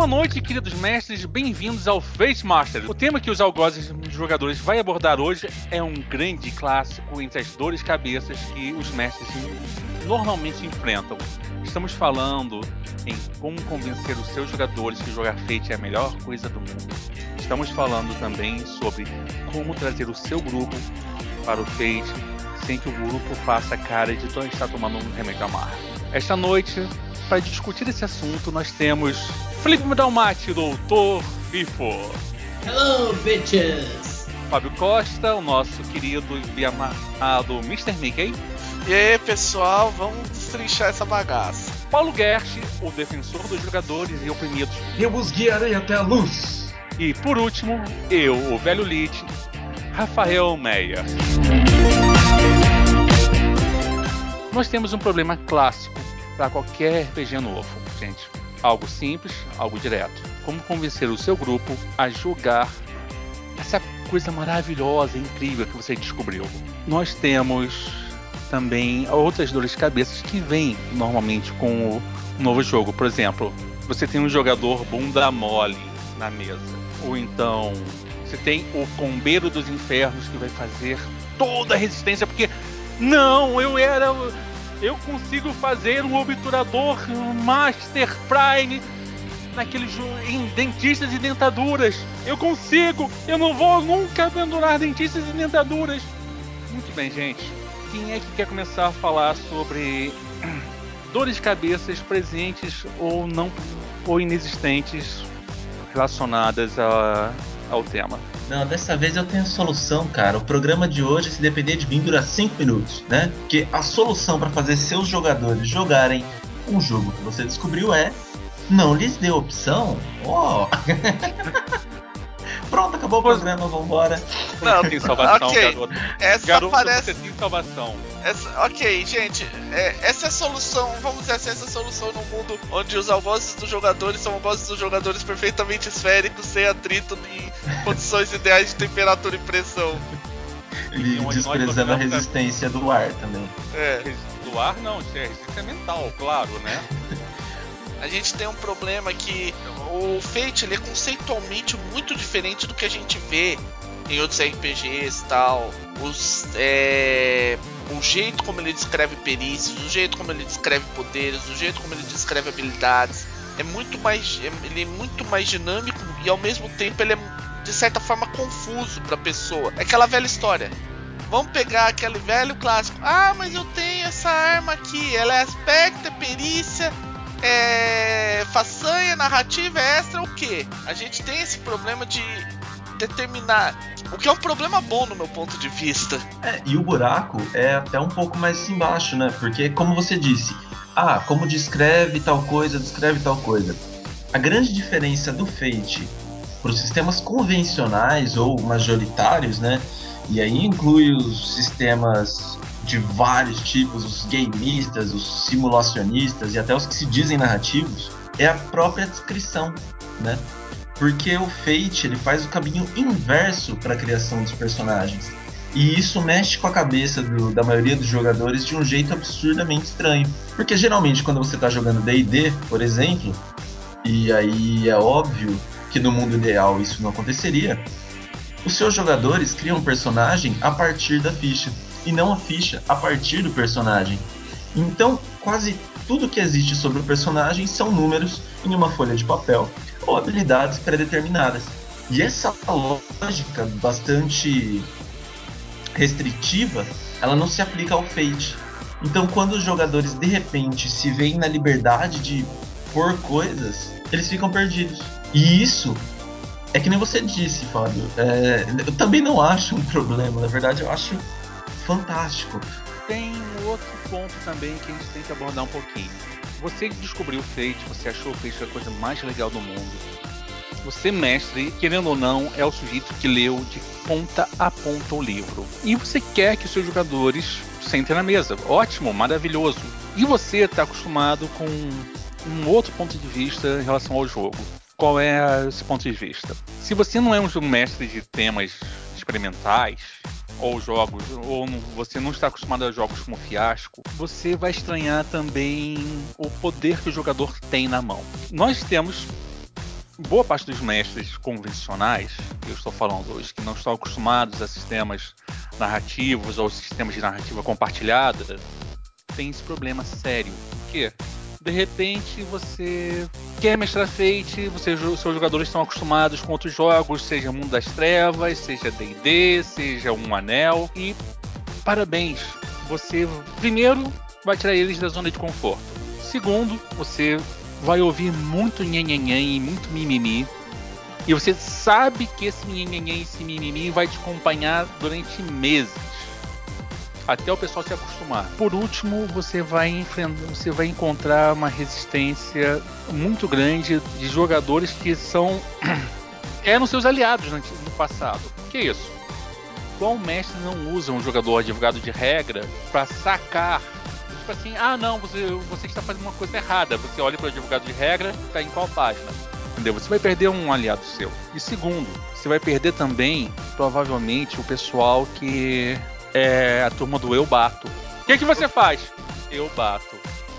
Boa noite, queridos mestres, bem-vindos ao Fate Master. O tema que os algozes dos jogadores vai abordar hoje é um grande clássico entre as dores de cabeças que os mestres normalmente enfrentam. Estamos falando em como convencer os seus jogadores que jogar Fate é a melhor coisa do mundo. Estamos falando também sobre como trazer o seu grupo para o Fate sem que o grupo faça cara de estar tomando um remédio amargo. Esta noite, para discutir esse assunto, nós temos Felipe Dalmati, Doutor Fifo. Hello, bitches! Fábio Costa, o nosso querido e amado Mr. Mickey. E aí, pessoal, vamos destrinchar essa bagaça. Paulo Gersh, o defensor dos jogadores e oprimidos. Eu os guiarei até a luz. E, por último, eu, o velho Lich, Rafael Meyer. Nós temos um problema clássico para qualquer RPG novo, gente. Algo simples, algo direto. Como convencer o seu grupo a jogar essa coisa maravilhosa, incrível que você descobriu. Nós temos também outras dores de cabeça que vêm normalmente com o novo jogo. Por exemplo, você tem um jogador bunda mole na mesa. Ou então você tem o combeiro dos infernos que vai fazer toda a resistência, porque não, eu consigo fazer um obturador Master Prime naquele em dentistas e dentaduras. Eu consigo, eu não vou nunca pendurar dentistas e dentaduras. Muito bem, gente. Quem é que quer começar a falar sobre dores de cabeças presentes ou não ou inexistentes relacionadas ao tema? Não, dessa vez eu tenho a solução, cara. O programa de hoje, se depender de mim, dura 5 minutos, né? Porque a solução para fazer seus jogadores jogarem um jogo que você descobriu é não lhes dê opção. Oh. Pronto, acabou o programa, vambora. Não, tem salvação, okay. garoto. Essa garoto, parece... você tem salvação. Ok, gente, essa é a solução, vamos dizer assim, essa é a solução no mundo onde os algozes dos jogadores são algozes dos jogadores perfeitamente esféricos, sem atrito, em condições ideais de temperatura e pressão. E desprezando a resistência do ar também. Do ar não, é resistência mental, claro, né? A gente tem um problema que o Fate ele é conceitualmente muito diferente do que a gente vê em outros RPGs e tal. O jeito como ele descreve perícias, o jeito como ele descreve poderes, o jeito como ele descreve habilidades ele é muito mais dinâmico e ao mesmo tempo ele é de certa forma confuso para a pessoa. É aquela velha história. Vamos pegar aquele velho clássico. Ah, mas eu tenho essa arma aqui, ela é aspecto, é perícia, façanha, narrativa, extra, o quê? A gente tem esse problema de determinar, o que é um problema bom no meu ponto de vista. E o buraco é até um pouco mais embaixo, né? Porque, como você disse, como descreve tal coisa. A grande diferença do Fate para os sistemas convencionais ou majoritários, né? E aí inclui os sistemas de vários tipos, os gameistas, os simulacionistas e até os que se dizem narrativos, é a própria descrição, né? Porque o Fate ele faz o caminho inverso para a criação dos personagens. E isso mexe com a cabeça da maioria dos jogadores de um jeito absurdamente estranho. Porque geralmente quando você está jogando D&D, por exemplo, e aí é óbvio que no mundo ideal isso não aconteceria, os seus jogadores criam um personagem a partir da ficha, e não a ficha a partir do personagem. Então, quase tudo que existe sobre o personagem são números em uma folha de papel ou habilidades pré-determinadas. E essa lógica bastante restritiva, ela não se aplica ao Fate. Então, quando os jogadores de repente se veem na liberdade de pôr coisas, eles ficam perdidos. E isso é que nem você disse, Fábio. Eu também não acho um problema, na verdade eu acho fantástico. Tem outro ponto também que a gente tem que abordar um pouquinho. Você descobriu o Fate, você achou o Fate a coisa mais legal do mundo. Você, mestre, querendo ou não, é o sujeito que leu de ponta a ponta o livro. E você quer que os seus jogadores sentem na mesa. Ótimo, maravilhoso. E você está acostumado com um outro ponto de vista em relação ao jogo. Qual é esse ponto de vista? Se você não é um mestre de temas experimentais, ou jogos, ou você não está acostumado a jogos como Fiasco, você vai estranhar também o poder que o jogador tem na mão. Nós temos boa parte dos mestres convencionais, eu estou falando hoje, que não estão acostumados a sistemas narrativos ou sistemas de narrativa compartilhada, tem esse problema sério. Que de repente você quer mestrar Fate, seus jogadores estão acostumados com outros jogos, seja Mundo das Trevas, seja D&D, seja Um Anel, e parabéns, você primeiro vai tirar eles da zona de conforto. Segundo, você vai ouvir muito nhenhenhen e muito mimimi, e você sabe que esse nhenhenhen e esse mimimi vai te acompanhar durante meses, até o pessoal se acostumar. Por último, você vai encontrar uma resistência muito grande de jogadores que eram seus aliados no passado. Que isso? Qual mestre não usa um jogador advogado de regra para sacar? Tipo assim, não, você está fazendo uma coisa errada. Você olha para o advogado de regra, está em qual página? Entendeu? Você vai perder um aliado seu. E segundo, você vai perder também, provavelmente, o pessoal que é a turma do eu bato. O que você faz? Eu bato.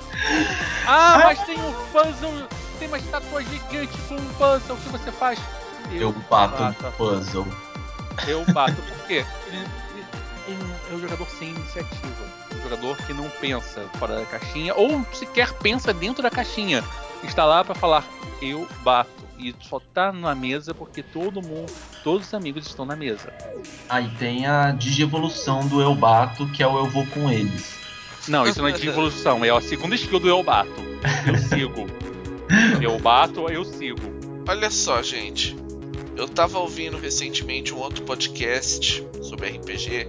Mas tem um puzzle, tem uma estátua gigante com um puzzle. O que você faz? Eu bato no puzzle. Eu bato. Por quê? Ele é um jogador sem iniciativa. Um jogador que não pensa fora da caixinha, ou sequer pensa dentro da caixinha. Está lá para falar, eu bato. E só tá na mesa porque todos os amigos estão na mesa. Aí tem a digievolução do eu bato, que é o eu vou com eles. Não, isso não é digievolução, é a segunda skill do eu bato. Eu sigo. Eu bato, eu sigo. Olha só, gente. Eu tava ouvindo recentemente um outro podcast sobre RPG.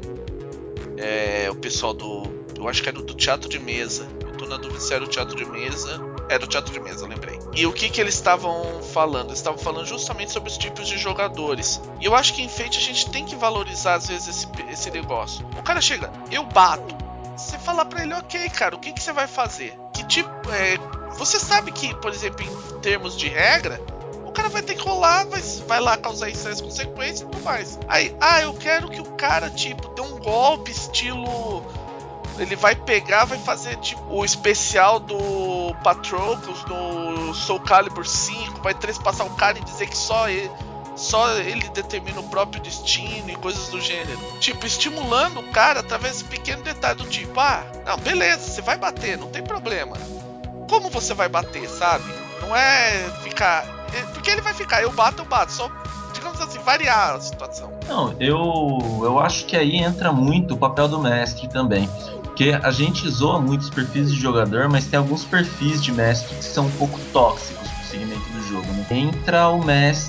O pessoal eu acho que era do Teatro de Mesa. Eu tô na dúvida se era o Teatro de Mesa. Era o Teatro de Mesa, lembrei. E o que eles estavam falando? Eles estavam falando justamente sobre os tipos de jogadores. E eu acho que em Fate a gente tem que valorizar às vezes esse negócio. O cara chega, eu bato. Você fala pra ele, ok, cara, o que você vai fazer? Que tipo. Você sabe que, por exemplo, em termos de regra, o cara vai ter que rolar, vai lá causar isso as consequências e tudo mais. Aí, eu quero que o cara, tipo, dê um golpe estilo. Ele vai pegar, vai fazer tipo o especial do Patroclus no Soul Calibur 5, vai trespassar o cara e dizer que só ele determina o próprio destino e coisas do gênero. Tipo, estimulando o cara através desse pequeno detalhe do tipo, não, beleza, você vai bater, não tem problema. Como você vai bater, sabe? Não é ficar... Porque ele vai ficar, eu bato, só, digamos assim, variar a situação. Não, eu acho que aí entra muito o papel do mestre também. Porque a gente zoa muitos perfis de jogador, mas tem alguns perfis de mestre que são um pouco tóxicos pro segmento do jogo, né? Entra o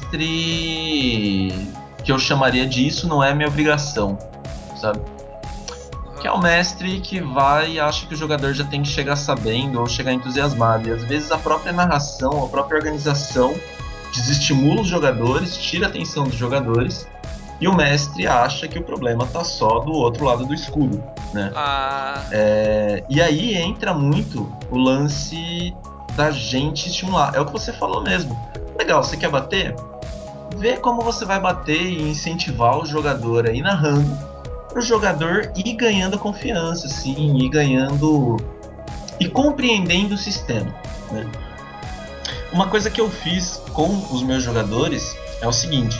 mestre que eu chamaria de isso não é minha obrigação, sabe? Que é o mestre que vai e acha que o jogador já tem que chegar sabendo ou chegar entusiasmado. E às vezes a própria narração, a própria organização desestimula os jogadores, tira a atenção dos jogadores, e o mestre acha que o problema tá só do outro lado do escudo, né? E aí entra muito o lance da gente estimular. É o que você falou mesmo. Legal, você quer bater? Vê como você vai bater e incentivar o jogador aí narrando, para o jogador ir ganhando confiança, assim, ir ganhando e compreendendo o sistema, né? Uma coisa que eu fiz com os meus jogadores é o seguinte: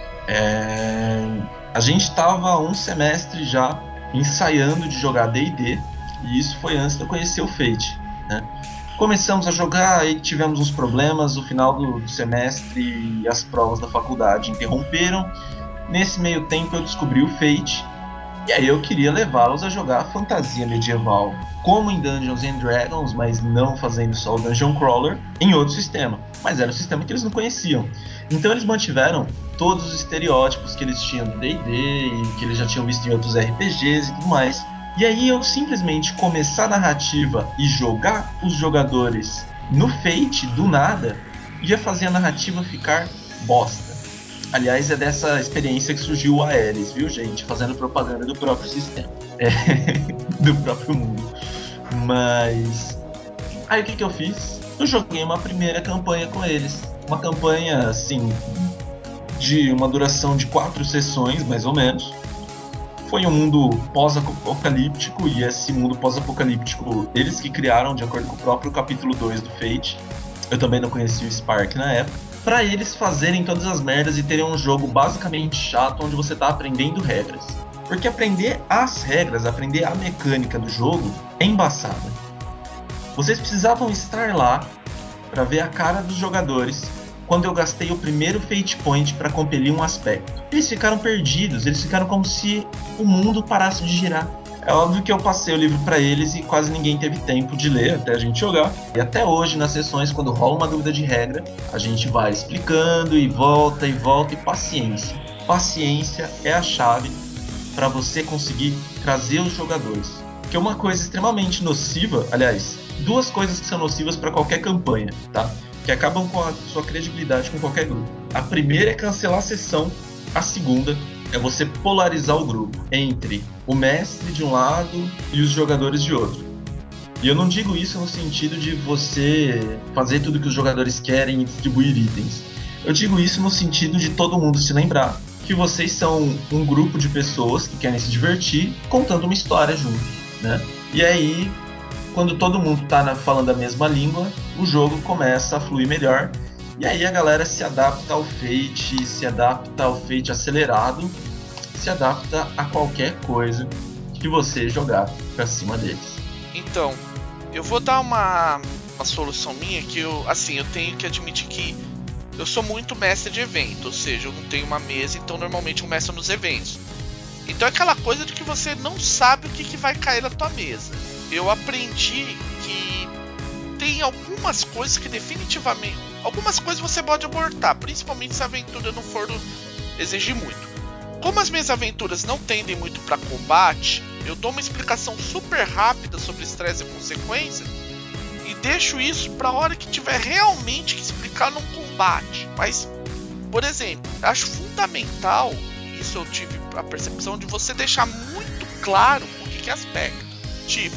a gente estava um semestre já ensaiando de jogar D&D, e isso foi antes de eu conhecer o Fate, né? Começamos a jogar e tivemos uns problemas no final do semestre e as provas da faculdade interromperam. Nesse meio tempo eu descobri o Fate, e aí eu queria levá-los a jogar fantasia medieval, como em Dungeons and Dragons, mas não fazendo só o Dungeon Crawler, em outro sistema. Mas era um sistema que eles não conheciam. Então eles mantiveram todos os estereótipos que eles tinham do D&D e que eles já tinham visto em outros RPGs e tudo mais. E aí eu simplesmente começar a narrativa e jogar os jogadores no Fate, do nada, ia fazer a narrativa ficar bosta. Aliás, é dessa experiência que surgiu o Aeres, viu, gente? Fazendo propaganda do próprio sistema. Do próprio mundo. Mas... aí o que eu fiz? Eu joguei uma primeira campanha com eles. Uma campanha, assim, de uma duração de 4 sessões, mais ou menos. Foi um mundo pós-apocalíptico, e esse mundo pós-apocalíptico eles que criaram, de acordo com o próprio capítulo 2 do Fate. Eu também não conhecia o Spark na época. pra eles fazerem todas as merdas e terem um jogo basicamente chato onde você tá aprendendo regras. Porque aprender as regras, aprender a mecânica do jogo é embaçada. Vocês precisavam estar lá pra ver a cara dos jogadores quando eu gastei o primeiro Fate Point pra compelir um aspecto. Eles ficaram perdidos, eles ficaram como se o mundo parasse de girar. É óbvio que eu passei o livro pra eles e quase ninguém teve tempo de ler até a gente jogar. E até hoje, nas sessões, quando rola uma dúvida de regra, a gente vai explicando e volta e paciência. Paciência é a chave para você conseguir trazer os jogadores. Que é uma coisa extremamente nociva, aliás, duas coisas que são nocivas para qualquer campanha, tá? Que acabam com a sua credibilidade com qualquer grupo. A primeira é cancelar a sessão, a segunda é você polarizar o grupo entre o mestre de um lado e os jogadores de outro. E eu não digo isso no sentido de você fazer tudo que os jogadores querem e distribuir itens. Eu digo isso no sentido de todo mundo se lembrar que vocês são um grupo de pessoas que querem se divertir contando uma história junto, né? E aí, quando todo mundo tá falando a mesma língua, o jogo começa a fluir melhor. E aí a galera se adapta ao Fate, se adapta ao Fate acelerado, se adapta a qualquer coisa que você jogar pra cima deles. Então, eu vou dar uma solução minha que eu tenho que admitir que eu sou muito mestre de evento, ou seja, eu não tenho uma mesa, então normalmente eu mestro nos eventos. Então é aquela coisa de que você não sabe o que vai cair na tua mesa. Eu aprendi que tem algumas coisas que definitivamente... Algumas coisas você pode abortar, principalmente se a aventura não for exigir muito. Como as minhas aventuras não tendem muito para combate, eu dou uma explicação super rápida sobre estresse e consequência e deixo isso para a hora que tiver realmente que explicar num combate. Mas, por exemplo, acho fundamental, isso eu tive a percepção de você deixar muito claro o que é aspecto. Tipo,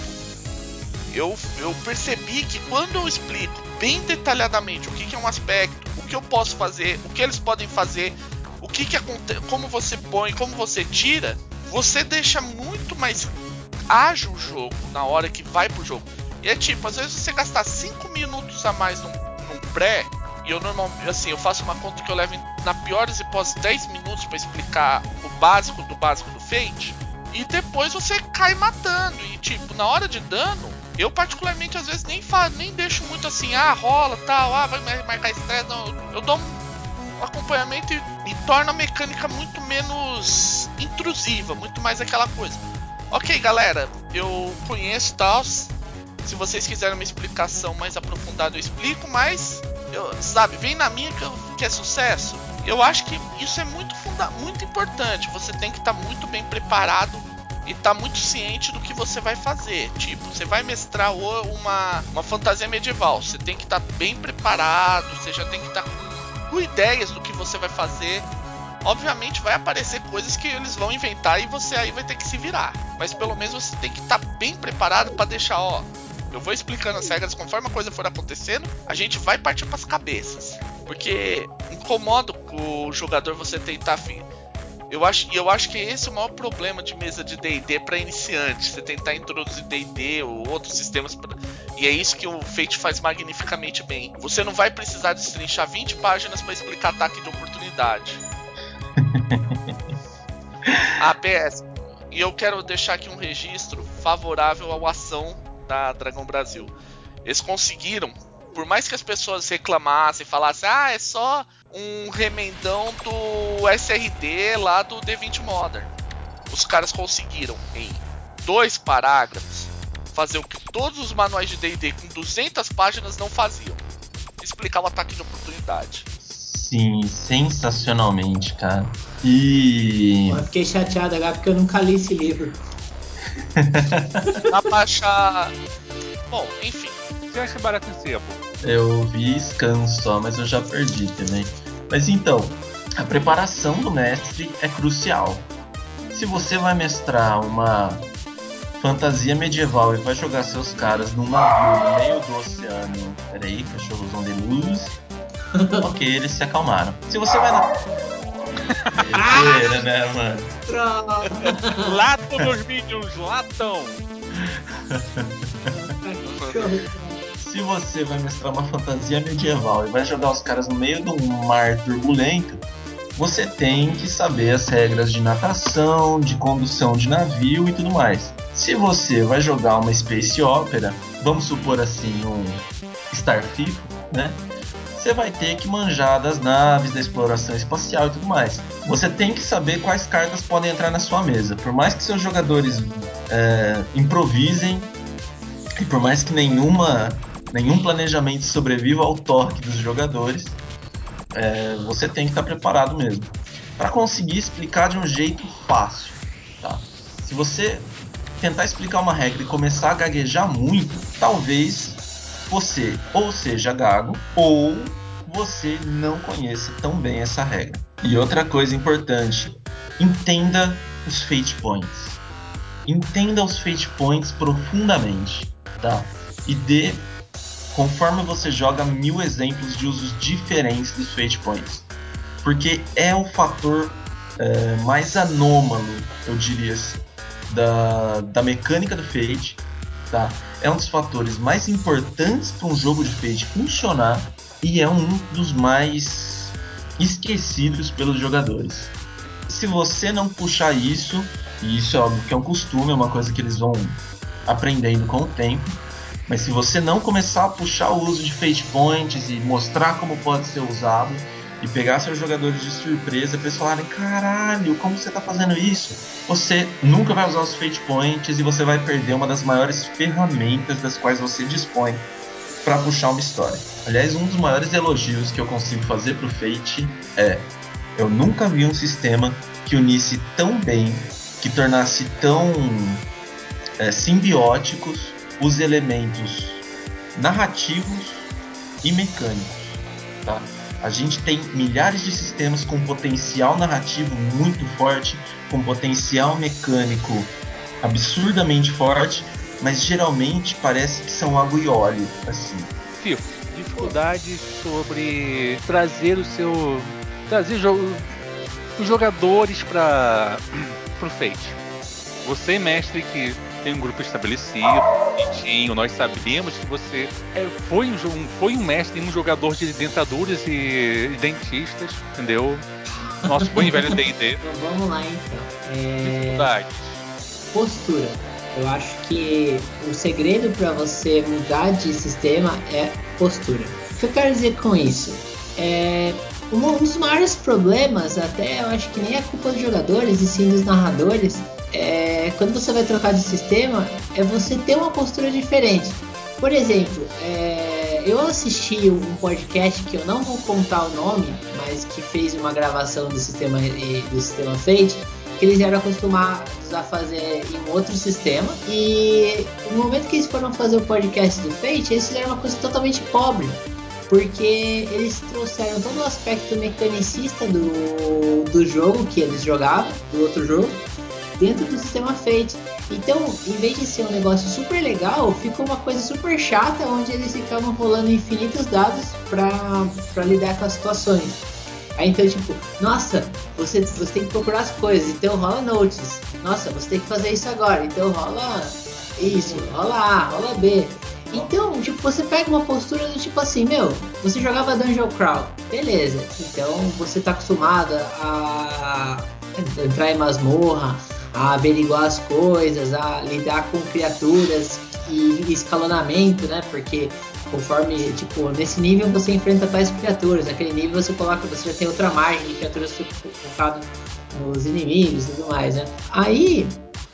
eu percebi que quando eu explico bem detalhadamente o que é um aspecto, o que eu posso fazer, o que eles podem fazer, o que acontece, como você põe, como você tira, você deixa muito mais ágil o jogo na hora que vai pro jogo. E é tipo, às vezes você gastar 5 minutos a mais num pré, e eu normalmente, assim, eu faço uma conta que eu levo na piores hipóteses 10 minutos para explicar o básico do Fate, e depois você cai matando. E tipo, na hora de dano, eu particularmente às vezes nem deixo muito assim, rola tal, vai marcar estresse, não. Eu dou um acompanhamento e torna a mecânica muito menos intrusiva, muito mais aquela coisa. Ok, galera, eu conheço tal. Se vocês quiserem uma explicação mais aprofundada, eu explico, mas vem na minha que é sucesso. Eu acho que isso é muito importante. Você tem que estar muito bem preparado e estar muito ciente do que você vai fazer. Tipo, você vai mestrar uma fantasia medieval, você tem que estar bem preparado, você já tem que estar com ideias do que você vai fazer. Obviamente vai aparecer coisas que eles vão inventar e você aí vai ter que se virar. Mas pelo menos você tem que estar bem preparado para deixar, eu vou explicando as regras conforme a coisa for acontecendo, a gente vai partir para as cabeças. Porque incomoda o jogador você tentar... Eu acho que esse é o maior problema de mesa de D&D para iniciantes. Você tentar introduzir D&D ou outros sistemas e é isso que o Fate faz magnificamente bem. Você não vai precisar destrinchar 20 páginas para explicar ataque de oportunidade. PS. E eu quero deixar aqui um registro favorável à ação da Dragão Brasil. Eles conseguiram, por mais que as pessoas reclamassem, falassem, é só um remendão do SRD lá do D20 Modern. Os caras conseguiram, em 2 parágrafos, fazer o que todos os manuais de D&D com 200 páginas não faziam. Explicar o ataque de oportunidade. Sim, sensacionalmente, cara. E... Eu fiquei chateado agora porque eu nunca li esse livro. Pra baixar... Bom, enfim. Você acha barato em sebo? Eu vi scan só, mas eu já perdi também. Mas então, a preparação do mestre é crucial. Se você vai mestrar uma fantasia medieval e vai jogar seus caras num navio no meio do oceano... Peraí, cachorrozão de luz. Ok, eles se acalmaram. Se você vai na... Besteira, né, mano? Latam, meus minions, latam! Se você vai mestrar uma fantasia medieval e vai jogar os caras no meio de um mar turbulento, você tem que saber as regras de natação, de condução de navio e tudo mais. Se você vai jogar uma space opera, vamos supor assim um Starfield, né? Você vai ter que manjar das naves, da exploração espacial e tudo mais. Você tem que saber quais cartas podem entrar na sua mesa. Por mais que seus jogadores improvisem e por mais que nenhum planejamento sobreviva ao toque dos jogadores, você tem que estar preparado mesmo para conseguir explicar de um jeito fácil, tá? Se você tentar explicar uma regra e começar a gaguejar muito, talvez você ou seja gago ou você não conheça tão bem essa regra. E outra coisa importante, entenda os fate points. Entenda os fate points profundamente, tá? E dê, conforme você joga, 1000 exemplos de usos diferentes dos fate points. Porque é o fator mais anômalo, eu diria assim, da mecânica do Fate, tá? É um dos fatores mais importantes para um jogo de Fate funcionar e é um dos mais esquecidos pelos jogadores. Se você não puxar isso, e isso é óbvio que é um costume, é uma coisa que eles vão aprendendo com o tempo, mas se você não começar a puxar o uso de Fate Points e mostrar como pode ser usado e pegar seus jogadores de surpresa para eles falarem: caralho, como você está fazendo isso? Você nunca vai usar os Fate Points e você vai perder uma das maiores ferramentas das quais você dispõe para puxar uma história. Aliás, um dos maiores elogios que eu consigo fazer pro Fate é: eu nunca vi um sistema que unisse tão bem, que tornasse tão simbióticos os elementos narrativos e mecânicos, tá? A gente tem milhares de sistemas com potencial narrativo muito forte, com potencial mecânico absurdamente forte, mas geralmente parece que são água e óleo, assim. Fico, dificuldades sobre trazer os jogadores para o Fate. Você, mestre, que tem um grupo estabelecido, bonitinho, nós sabemos que você foi um mestre e um jogador de dentaduras e dentistas, entendeu? Nosso bom e velho D&D. Então vamos lá então. Dificuldades. Postura. Eu acho que o segredo para você mudar de sistema é postura. O que eu quero dizer com isso? Um dos maiores problemas, até eu acho que nem é culpa dos jogadores e sim dos narradores, quando você vai trocar de sistema, é você ter uma postura diferente. Por exemplo, eu assisti um podcast que eu não vou contar o nome, mas que fez uma gravação do sistema Fate, que eles eram acostumados a fazer em outro sistema, e no momento que eles foram fazer o podcast do Fate, eles fizeram uma coisa totalmente pobre, porque eles trouxeram todo o aspecto mecanicista do jogo que eles jogavam, do outro jogo, dentro do sistema Fate. Então, em vez de ser um negócio super legal, ficou uma coisa super chata, onde eles ficavam rolando infinitos dados para lidar com as situações. Aí então, tipo, nossa, você tem que procurar as coisas, então rola notes. Nossa, você tem que fazer isso agora, então rola isso, rola A, rola B. Então, tipo, você pega uma postura do tipo assim, você jogava Dungeon Crawl, beleza, então você tá acostumado a entrar em masmorra, a averiguar as coisas, a lidar com criaturas e escalonamento, né? Porque conforme, tipo, nesse nível você enfrenta tais criaturas, naquele nível você já tem outra margem de criaturas focado nos inimigos e tudo mais, né? Aí,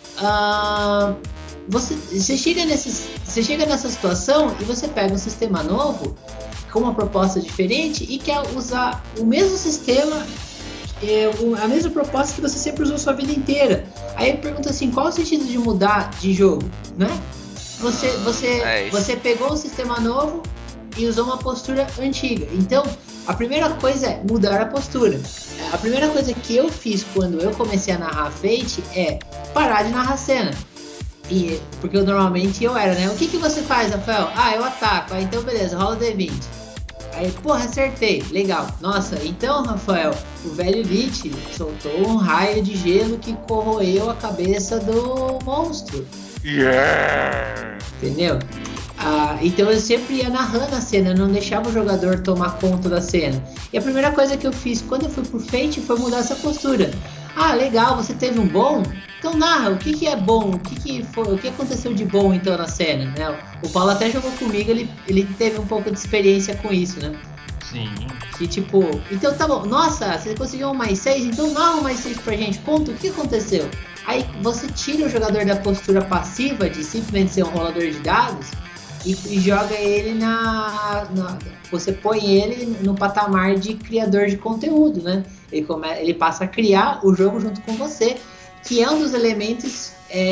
você chega nessa situação e você pega um sistema novo com uma proposta diferente e quer usar o mesmo sistema, a mesma proposta que você sempre usou sua vida inteira. Aí eu pergunto assim, qual o sentido de mudar de jogo, né? Você pegou um sistema novo e usou uma postura antiga. Então, a primeira coisa é mudar a postura. A primeira coisa que eu fiz quando eu comecei a narrar Fate é parar de narrar cena. Porque normalmente eu era, né? O que você faz, Rafael? Eu ataco. Então, beleza, rola o D20. Aí, porra, acertei. Legal. Nossa, então, Rafael, o velho Lich soltou um raio de gelo que corroeu a cabeça do monstro. Yeah! Entendeu? Então eu sempre ia narrando a cena, não deixava o jogador tomar conta da cena. E a primeira coisa que eu fiz quando eu fui pro Fate foi mudar essa postura. Ah, legal, você teve um bom? Então narra, o que que é bom? O que aconteceu de bom então na cena, né? O Paulo até jogou comigo, ele teve um pouco de experiência com isso, né? Sim. Que tipo, então tá bom, nossa, você conseguiu um mais 6, então narra um mais 6 pra gente, conta o que aconteceu. Aí você tira o jogador da postura passiva de simplesmente ser um rolador de dados e joga ele Você põe ele no patamar de criador de conteúdo, né? Ele passa a criar o jogo junto com você, que é um dos elementos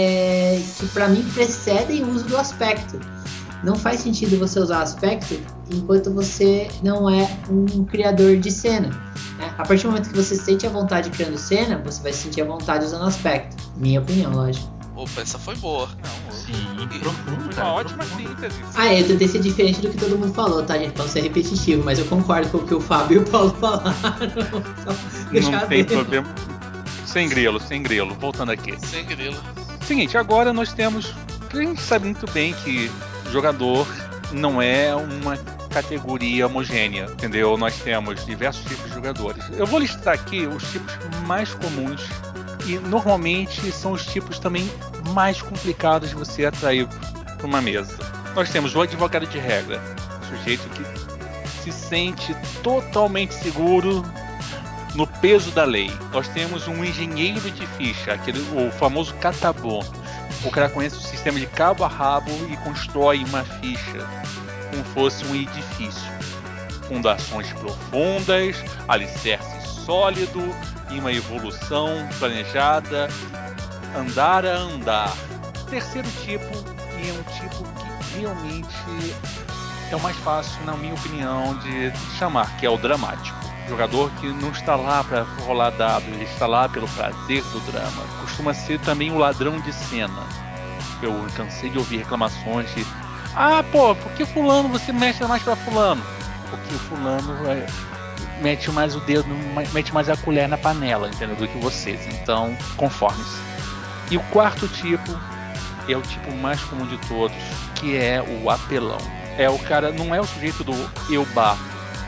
que para mim precedem o uso do aspecto. Não faz sentido você usar aspecto enquanto você não é um criador de cena. Né? A partir do momento que você sente a vontade criando cena, você vai sentir a vontade usando aspecto. Minha opinião, lógico. Opa, essa foi boa. Sim, profundo, Foi cara. uma ótima profundo. síntese. Eu tentei ser diferente do que todo mundo falou, tá, gente? Pra não ser repetitivo, mas eu concordo com o que o Fábio e o Paulo falaram. Só Não deixar tem bem. problema. Sem grilo. Voltando aqui. Sem grilo. Seguinte, agora nós temos. A gente sabe muito bem que jogador não é uma categoria homogênea, entendeu? Nós temos diversos tipos de jogadores. Eu vou listar aqui os tipos mais comuns e normalmente são os tipos também mais complicados de você atrair para uma mesa. Nós temos o advogado de regra, sujeito que se sente totalmente seguro no peso da lei. Nós temos um engenheiro de ficha, o famoso catabonus. O cara conhece o sistema de cabo a rabo e constrói uma ficha como fosse um edifício. Fundações profundas, alicerce sólido e uma evolução planejada, andar a andar. Terceiro tipo, e é um tipo que realmente é o mais fácil, na minha opinião, de chamar, que é o dramático. O jogador que não está lá para rolar dado, ele está lá pelo prazer do drama. Costuma ser também o ladrão de cena. Eu cansei de ouvir reclamações de por que fulano você mexe mais para fulano? Porque o fulano mete mais o dedo, mete mais a colher na panela, entendeu? Do que vocês. Então, conforme-se. E o quarto tipo é o tipo mais comum de todos, que é o apelão. É o cara, não é o sujeito do eu bato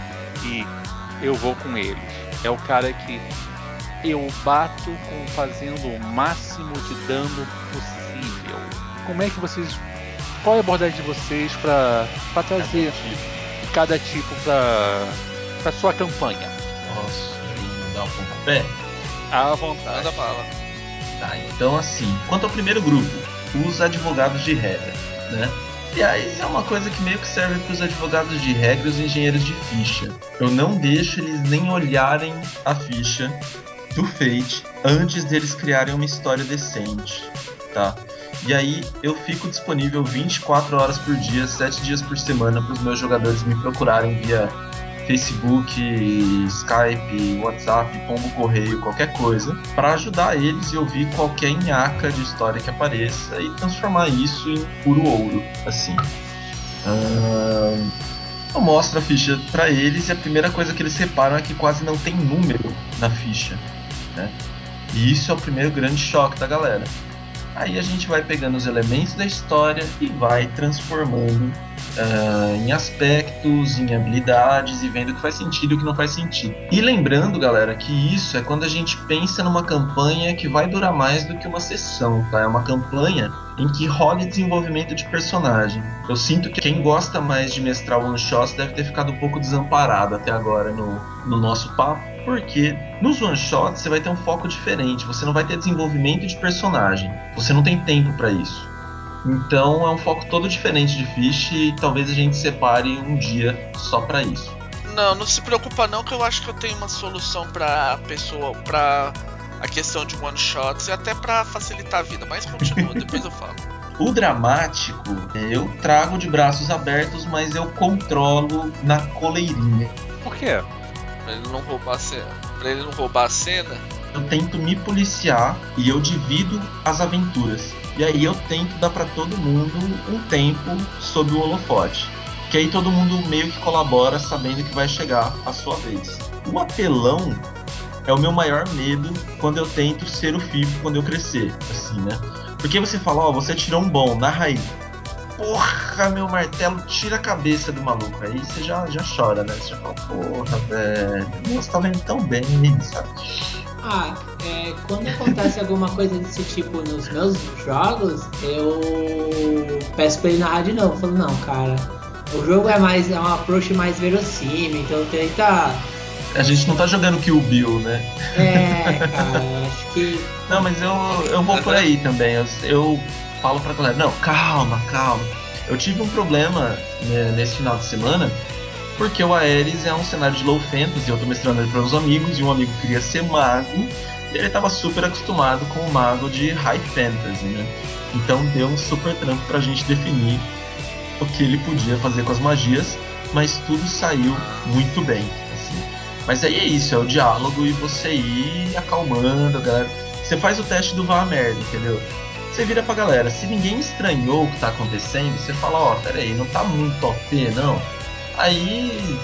e eu vou com eles. É o cara que eu bato fazendo o máximo de dano possível. Como é que vocês... Qual é a abordagem de vocês para trazer cada tipo para sua campanha? Posso dar um pontapé? À vontade. Manda bala. Tá, então assim, quanto ao primeiro grupo, os advogados de regra, né? Aliás, é uma coisa que meio que serve para os advogados de regra e os engenheiros de ficha. Eu não deixo eles nem olharem a ficha do Fate antes deles criarem uma história decente, tá? E aí eu fico disponível 24 horas por dia, 7 dias por semana para os meus jogadores me procurarem via Facebook, Skype, WhatsApp, pombo correio, qualquer coisa, para ajudar eles e ouvir qualquer nhaca de história que apareça e transformar isso em puro ouro, assim. Eu mostro a ficha para eles e a primeira coisa que eles reparam é que quase não tem número na ficha, né? E isso é o primeiro grande choque da galera. Aí a gente vai pegando os elementos da história e vai transformando em aspectos, em habilidades e vendo o que faz sentido e o que não faz sentido. E lembrando, galera, que isso é quando a gente pensa numa campanha que vai durar mais do que uma sessão, tá? É uma campanha em que rola desenvolvimento de personagem. Eu sinto que quem gosta mais de mestrar one-shots deve ter ficado um pouco desamparado até agora no nosso papo, porque nos one-shots você vai ter um foco diferente, você não vai ter desenvolvimento de personagem, você não tem tempo para isso. Então é um foco todo diferente de Fish e talvez a gente separe um dia só para isso. Não se preocupa não, que eu acho que eu tenho uma solução pra pessoa, pra a questão de one shots e até pra facilitar a vida, mas continua, depois eu falo. O dramático, eu trago de braços abertos, mas eu controlo na coleirinha. Por quê? Pra ele não roubar a cena. Pra ele não roubar a cena. Eu tento me policiar e eu divido as aventuras. E aí eu tento dar para todo mundo um tempo sob o holofote. Que aí todo mundo meio que colabora sabendo que vai chegar a sua vez. O apelão é o meu maior medo quando eu tento ser o FIFO quando eu crescer, assim, né? Porque você fala, ó, você tirou um bom, narra aí. porra, meu martelo tira a cabeça do maluco. Aí você já chora, né? Você já fala, porra, velho, você tá vendo tão bem, sabe? Quando acontece alguma coisa desse tipo nos meus jogos, eu peço pra ele narrar de novo. Eu falo, não, cara, o jogo é um approach mais verossímil, então tenta. A gente não tá jogando Kill Bill, né? Cara, eu acho que. Não, mas eu vou por aí também. Eu falo pra galera, não, calma. Eu tive um problema, né, nesse final de semana, porque o Aeris é um cenário de low fantasy, eu tô mestrando ele para uns amigos, e um amigo queria ser mago, e ele tava super acostumado com o mago de high fantasy, né? Então deu um super trampo pra gente definir o que ele podia fazer com as magias, mas tudo saiu muito bem, assim. Mas aí é isso, é o diálogo e você ir acalmando a galera. Você faz o teste do vá a merda, entendeu? Você vira pra galera, se ninguém estranhou o que tá acontecendo, você fala, ó, peraí, não tá muito OP, não. Aí,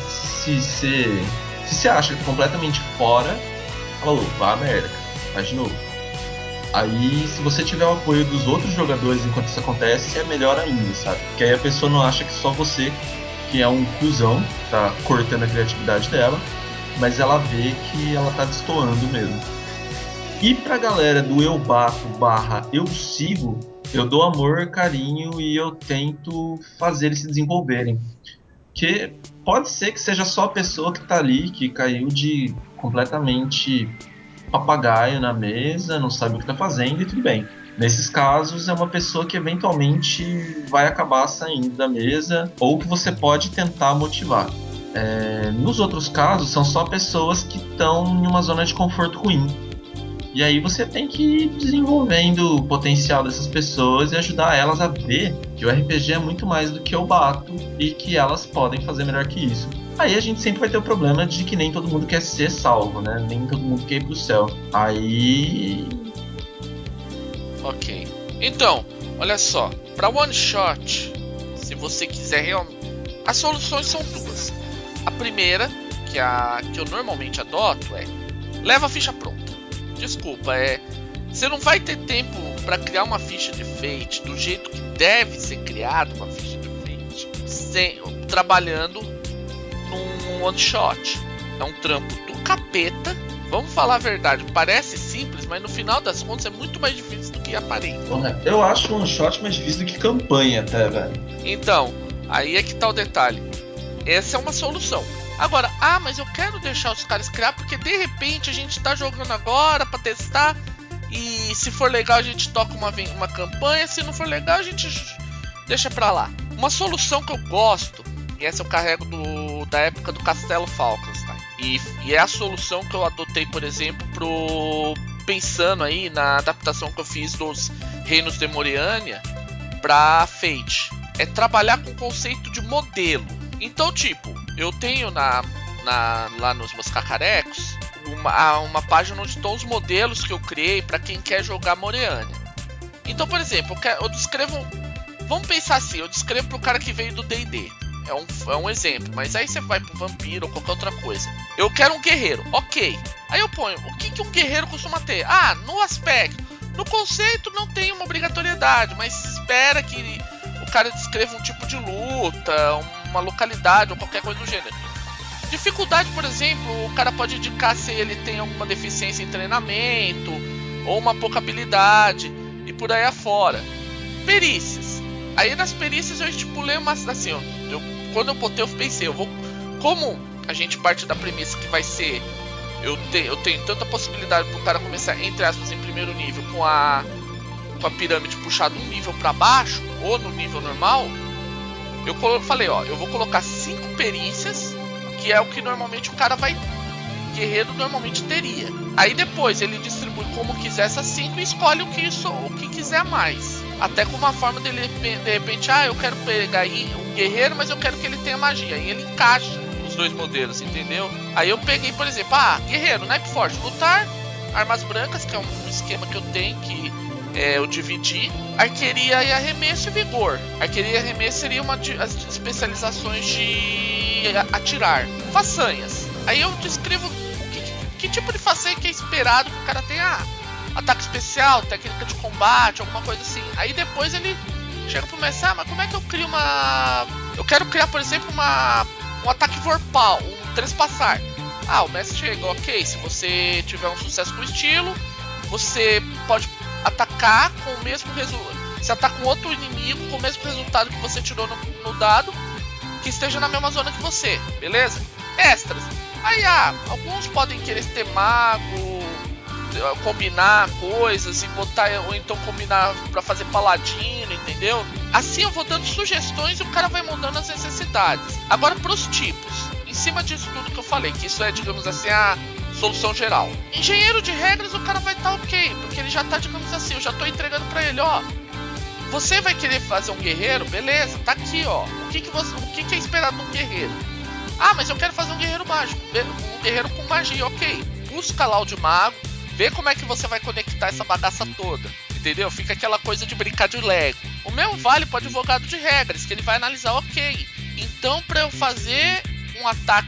se você acha que tá completamente fora, fala, ô, vá a merda, cara, faz de novo. Aí, se você tiver o apoio dos outros jogadores enquanto isso acontece, é melhor ainda, sabe? Porque aí a pessoa não acha que só você, que é um cuzão, tá cortando a criatividade dela, mas ela vê que ela tá destoando mesmo. E pra galera do eu bato barra eu sigo, eu dou amor, carinho e eu tento fazer eles se desenvolverem. Que pode ser que seja só a pessoa que tá ali, que caiu de completamente papagaio na mesa, não sabe o que tá fazendo e tudo bem. Nesses casos, é uma pessoa que eventualmente vai acabar saindo da mesa ou que você pode tentar motivar. Nos outros casos, são só pessoas que estão em uma zona de conforto ruim. E aí você tem que ir desenvolvendo o potencial dessas pessoas e ajudar elas a ver que o RPG é muito mais do que eu bato e que elas podem fazer melhor que isso. Aí a gente sempre vai ter o problema de que nem todo mundo quer ser salvo, né? Nem todo mundo quer ir pro céu. Aí. Ok. Então, olha só. Para one shot, se você quiser realmente. As soluções são duas. A primeira, que eu normalmente adoto, é leva a ficha pronta. Desculpa, você não vai ter tempo para criar uma ficha de Fate do jeito que deve ser criada uma ficha de Fate, trabalhando num one shot. É um trampo do capeta. Vamos falar a verdade, parece simples, mas no final das contas é muito mais difícil do que aparenta. Eu acho um shot mais difícil do que campanha, até, velho. Então, aí é que tá o detalhe. Essa é uma solução. Agora, mas eu quero deixar os caras criar porque de repente a gente tá jogando agora pra testar. E se for legal a gente toca uma campanha. Se não for legal a gente deixa pra lá. Uma solução que eu gosto, e essa eu carrego da época do Castelo Falkenstein. E é a solução que eu adotei, por exemplo, pensando aí na adaptação que eu fiz dos Reinos de Moriania pra Fate. É trabalhar com o conceito de modelo. Então, tipo, eu tenho lá nos meus cacarecos uma página onde estão os modelos que eu criei para quem quer jogar Moriania. Então, por exemplo, eu descrevo. Vamos pensar assim, eu descrevo pro cara que veio do D&D. É um exemplo, mas aí você vai pro vampiro ou qualquer outra coisa. Eu quero um guerreiro, ok. Aí eu ponho, o que um guerreiro costuma ter? No aspecto. No conceito não tem uma obrigatoriedade, mas espera que o cara descreva um tipo de luta, uma localidade ou qualquer coisa do gênero. Dificuldade, por exemplo, o cara pode indicar se ele tem alguma deficiência em treinamento ou uma pouca habilidade e por aí afora. Perícias. Aí nas perícias eu estipulei umas assim, quando eu botei eu pensei, como a gente parte da premissa que vai ser eu tenho tanta possibilidade pro cara começar entre aspas em primeiro nível com a pirâmide puxada um nível para baixo ou no nível normal, eu falei, eu vou colocar 5 perícias, que é o que normalmente o cara guerreiro normalmente teria. Aí depois ele distribui como quiser essas 5 e escolhe o que quiser mais. Até com uma forma dele, de repente, eu quero pegar aí um guerreiro, mas eu quero que ele tenha magia. Aí ele encaixa os dois modelos, entendeu? Aí eu peguei, por exemplo, guerreiro, naipe forte, lutar, armas brancas, que é um esquema que eu tenho que eu dividi. Arqueria e arremesso e vigor. Arqueria e arremesso seria as especializações de atirar. Façanhas. Aí eu descrevo que tipo de façanha que é esperado que o cara tenha. Ataque especial, técnica de combate, alguma coisa assim. Aí depois ele Chega pro mestre, mas como é que eu crio uma... Eu quero criar, por exemplo, um ataque vorpal, um trespassar. O mestre chega, ok, se você tiver um sucesso com o estilo, você pode atacar com o mesmo resultado. Você ataca um outro inimigo com o mesmo resultado que você tirou no dado, que esteja na mesma zona que você, beleza? Extras. Aí, alguns podem querer ter mago, combinar coisas e botar, ou então combinar pra fazer paladino, entendeu? Assim eu vou dando sugestões e o cara vai mudando as necessidades. Agora pros tipos, em cima disso tudo que eu falei, que isso é, digamos assim, a solução geral. Engenheiro de regras, o cara vai estar ok, porque ele já tá, digamos assim, eu já tô entregando pra ele, você vai querer fazer um guerreiro? Beleza, tá aqui, o que é esperado de um guerreiro? Mas eu quero fazer um guerreiro mágico, um guerreiro com magia, ok. Busca lá o de mago, vê como é que você vai conectar essa bagaça toda, entendeu? Fica aquela coisa de brincar de Lego. O meu vale pro advogado de regras, que ele vai analisar, ok. Então, para eu fazer um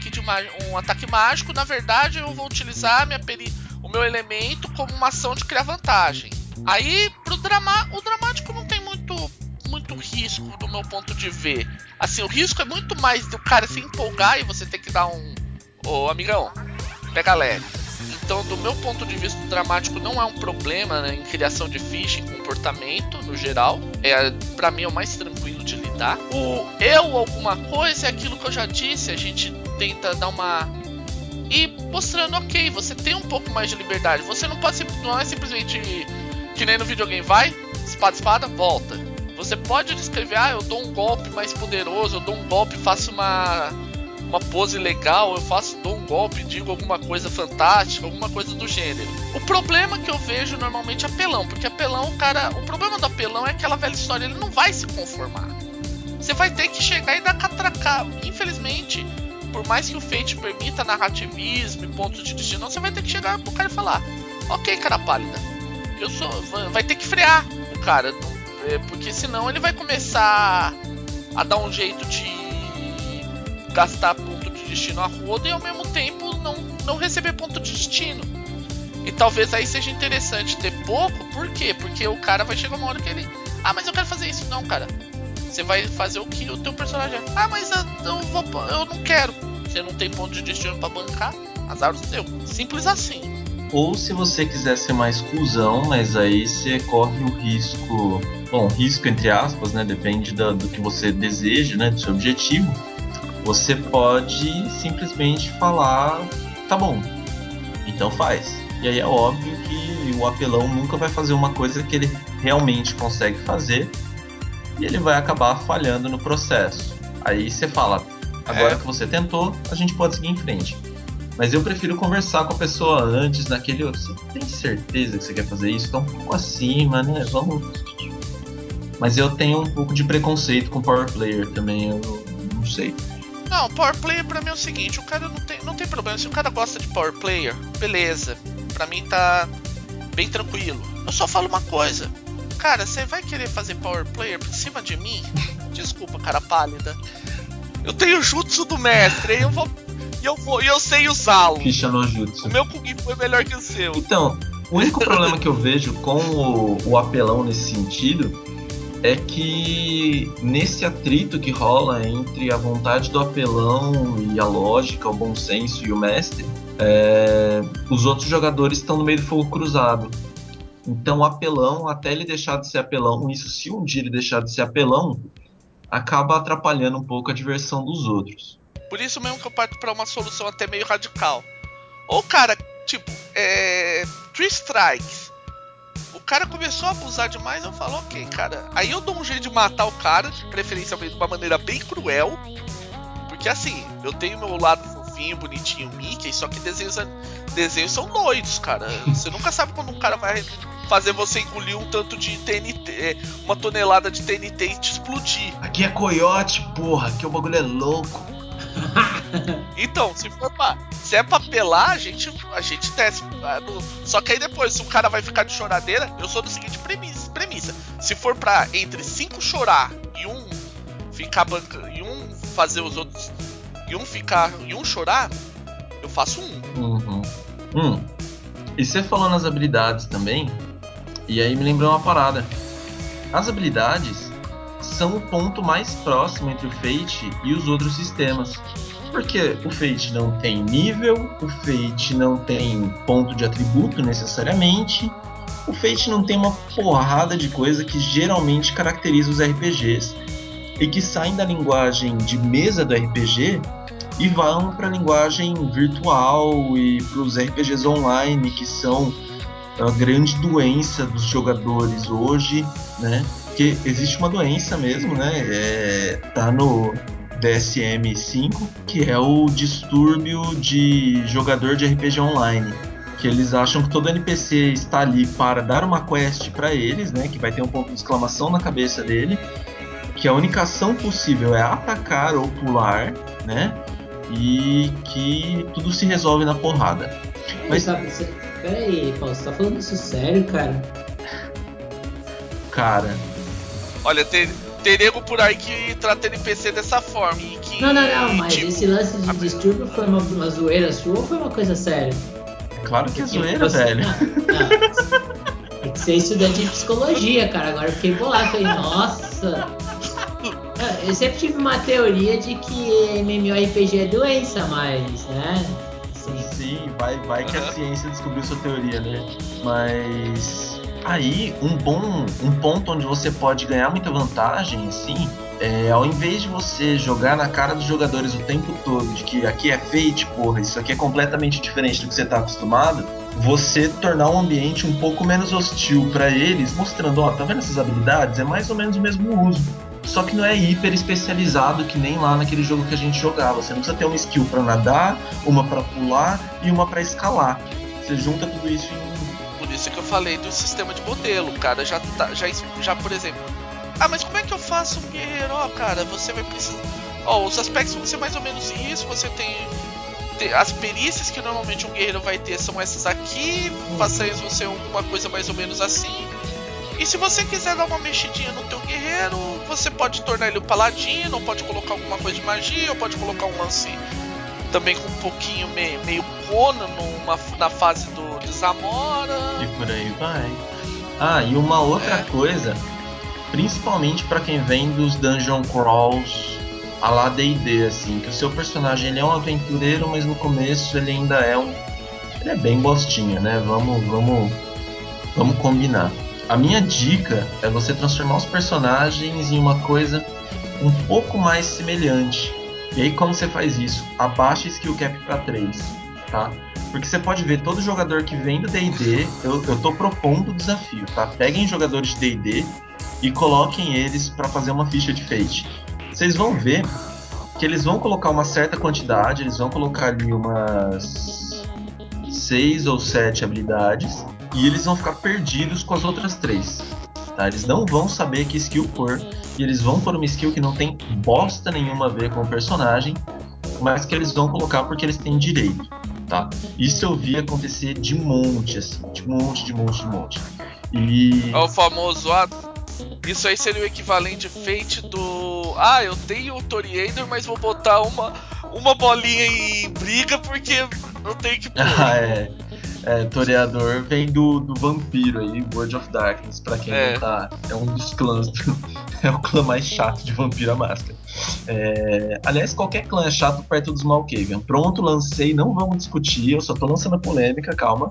ataque mágico, na verdade eu vou utilizar o meu elemento como uma ação de criar vantagem. Aí, o dramático não tem muito risco do meu ponto de ver. Assim, o risco é muito mais do cara se empolgar e você ter que dar Ô, amigão, pega leve. Então, do meu ponto de vista, o dramático não é um problema, né, em criação de ficha, em comportamento, no geral. Pra mim, é o mais tranquilo de lidar. Alguma coisa, é aquilo que eu já disse, a gente tenta dar uma... E mostrando, ok, você tem um pouco mais de liberdade. Você não é simplesmente que nem no videogame, vai, espada, volta. Você pode descrever, eu dou um golpe mais poderoso, eu dou um golpe, faço uma pose legal, dou um golpe, digo alguma coisa fantástica, alguma coisa do gênero. O problema que eu vejo normalmente é apelão, porque apelão, o problema do apelão é aquela velha história, ele não vai se conformar. Você vai ter que chegar e dar catracar. Infelizmente, por mais que o Fate permita narrativismo e pontos de destino, você vai ter que chegar pro cara e falar: ok, cara pálida, vai ter que frear o cara, porque senão ele vai começar a dar um jeito de gastar ponto de destino a rodo e ao mesmo tempo não receber ponto de destino. E talvez aí seja interessante ter pouco, por quê? Porque o cara vai chegar uma hora que ele... mas eu quero fazer isso. Não, cara, você vai fazer o que o teu personagem é. Mas eu não quero. Você não tem ponto de destino pra bancar, azar o seu. Simples assim. Ou se você quiser ser mais cuzão, mas aí você corre o risco... Bom, risco entre aspas, né? Depende do que você deseja, né? Do seu objetivo. Você pode simplesmente falar, tá bom, então faz. E aí é óbvio que o apelão nunca vai fazer uma coisa que ele realmente consegue fazer e ele vai acabar falhando no processo. Aí você fala, agora que você tentou, a gente pode seguir em frente. Mas eu prefiro conversar com a pessoa antes, naquele... Você tem certeza que você quer fazer isso? Tá um pouco acima, né? Vamos... Mas eu tenho um pouco de preconceito com Power Player também, eu não sei. Não, Power Player pra mim é o seguinte, o cara não tem problema, se o cara gosta de Power Player, beleza, pra mim tá bem tranquilo. Eu só falo uma coisa, cara, você vai querer fazer Power Player por cima de mim? Desculpa, cara pálida. Eu tenho o jutsu do mestre, aí eu sei usá-lo. Ficha no jutsu. O meu Kung Fu é melhor que o seu. Então, o único problema que eu vejo com o apelão nesse sentido é que nesse atrito que rola entre a vontade do apelão e a lógica, o bom senso e o mestre, os outros jogadores estão no meio do fogo cruzado. Então o apelão, até ele deixar de ser apelão, isso se um dia ele deixar de ser apelão, acaba atrapalhando um pouco a diversão dos outros. Por isso mesmo que eu parto pra uma solução até meio radical. Ou cara, tipo, 3 strikes. O cara começou a abusar demais, eu falo, ok, cara. Aí eu dou um jeito de matar o cara, preferencialmente de uma maneira bem cruel. Porque assim, eu tenho meu lado fofinho, bonitinho, Mickey, só que desenhos são doidos, cara. Você nunca sabe quando um cara vai fazer você engolir um tanto de TNT, uma tonelada de TNT e te explodir. Aqui é coiote, porra, aqui o bagulho é louco. Então, se é pra pelar, a gente desce. Só que aí depois, se o cara vai ficar de choradeira, eu sou do seguinte premissa. Se for pra entre 5 chorar e um ficar bancando, e um fazer os outros, e um chorar, eu faço um. E você falou nas habilidades também, e aí me lembrou uma parada. As habilidades, são o ponto mais próximo entre o Fate e os outros sistemas. Porque o Fate não tem nível, o Fate não tem ponto de atributo necessariamente, o Fate não tem uma porrada de coisa que geralmente caracteriza os RPGs e que saem da linguagem de mesa do RPG e vão para a linguagem virtual e para os RPGs online, que são a grande doença dos jogadores hoje, né? Que existe uma doença mesmo, né? Tá no DSM-5, que é o distúrbio de jogador de RPG online, que eles acham que todo NPC está ali para dar uma quest para eles, né? Que vai ter um ponto de exclamação na cabeça dele, que a única ação possível é atacar ou pular, né? E que tudo se resolve na porrada. Mas peraí, Paulo, você tá falando isso sério, cara? Cara, Olha, tem nego por aí que trata NPC dessa forma e que... Não, mas tipo, esse lance de distúrbio foi uma zoeira sua ou foi uma coisa séria? claro que é Porque zoeira, velho. Não. Tem que ser estudante de psicologia, cara. Agora eu fiquei bolado. Falei, nossa. Eu sempre tive uma teoria de que MMORPG é doença, mas, né? Assim, Sim, vai que a ciência descobriu sua teoria, né? Mas aí um ponto onde você pode ganhar muita vantagem, assim, ao invés de você jogar na cara dos jogadores o tempo todo de que aqui é Fate, porra, isso aqui é completamente diferente do que você está acostumado, você tornar um ambiente um pouco menos hostil para eles, mostrando, ó, tá vendo essas habilidades? É mais ou menos o mesmo uso. Só que não é hiper especializado que nem lá naquele jogo que a gente jogava. Você não precisa ter uma skill para nadar, uma para pular e uma para escalar. Você junta tudo isso em... Por isso que eu falei do sistema de modelo. O cara já, por exemplo... Ah, mas como é que eu faço um guerreiro? Ó, cara, você vai precisar... Ó, os aspectos vão ser mais ou menos isso. Você tem as perícias que normalmente um guerreiro vai ter são essas aqui. Façanhas vão ser uma coisa mais ou menos assim. E se você quiser dar uma mexidinha no teu guerreiro, você pode tornar ele um paladino, ou pode colocar alguma coisa de magia, ou pode colocar um lance também com um pouquinho meio Conan na fase de Zamora. E por aí vai. E uma outra coisa, principalmente para quem vem dos dungeon crawls a la D&D, assim, que o seu personagem ele é um aventureiro, mas no começo ele ainda ele é bem bostinha, né? Vamos combinar. A minha dica é você transformar os personagens em uma coisa um pouco mais semelhante. E aí, como você faz isso? Abaixa skill cap para 3, tá? Porque você pode ver todo jogador que vem do D&D, eu tô propondo o desafio, tá? Peguem jogadores de D&D e coloquem eles para fazer uma ficha de Fate. Vocês vão ver que eles vão colocar uma certa quantidade, eles vão colocar ali umas 6 ou 7 habilidades e eles vão ficar perdidos com as outras 3. Tá? Eles não vão saber que skill pôr e eles vão pôr uma skill que não tem bosta nenhuma a ver com o personagem, mas que eles vão colocar porque eles têm direito. Tá? Isso eu vi acontecer de monte, assim, de monte. E... É o famoso, isso aí seria o equivalente Fate do... eu tenho o Toriander, mas vou botar uma bolinha em briga porque eu tenho que pôr. Toreador vem do vampiro aí, World of Darkness, pra quem não tá. É um dos clãs. É o clã mais chato de Vampiro à Máscara. Aliás, qualquer clã é chato perto dos Malkavian. Pronto, lancei, não vamos discutir, eu só tô lançando a polêmica, calma.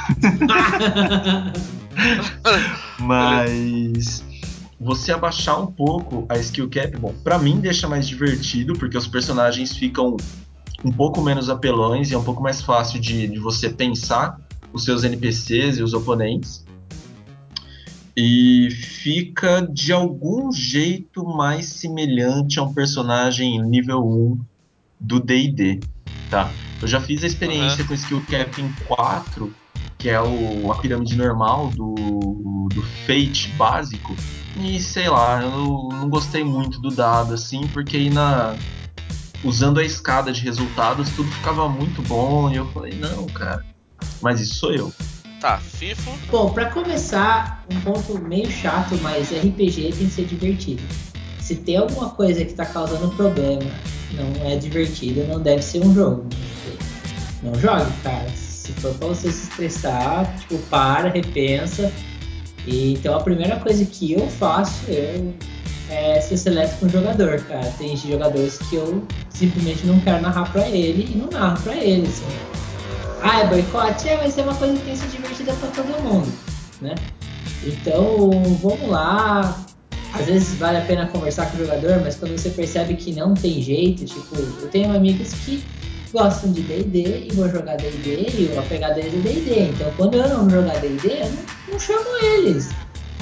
Mas você abaixar um pouco a skill cap, bom, pra mim deixa mais divertido, porque os personagens ficam um pouco menos apelões e é um pouco mais fácil de você pensar os seus NPCs e os oponentes. E fica de algum jeito mais semelhante a um personagem nível 1 do D&D, tá? Eu já fiz a experiência com Skill Cap em 4, que é a pirâmide normal do Fate básico, e sei lá, eu não gostei muito do dado, assim, porque aí usando a escada de resultados, tudo ficava muito bom. E eu falei, não, cara. Mas isso sou eu. Tá, FIFO. Bom, pra começar, um ponto meio chato, mas RPG tem que ser divertido. Se tem alguma coisa que tá causando problema, não é divertido, não deve ser um jogo. Não jogue, cara. Se for pra você se estressar, para, repensa. E, então a primeira coisa que eu faço, eu ser seleto com o jogador, cara. Tem jogadores que eu simplesmente não quero narrar pra ele e não narro pra ele, assim. É boicote? Vai ser uma coisa que tem que ser divertida pra todo mundo, né? Então, vamos lá. Às vezes vale a pena conversar com o jogador, mas quando você percebe que não tem jeito, tipo, eu tenho amigos que gostam de D&D e vou jogar D&D e a pegada deles é D&D. Então, quando eu não jogar D&D, eu não chamo eles.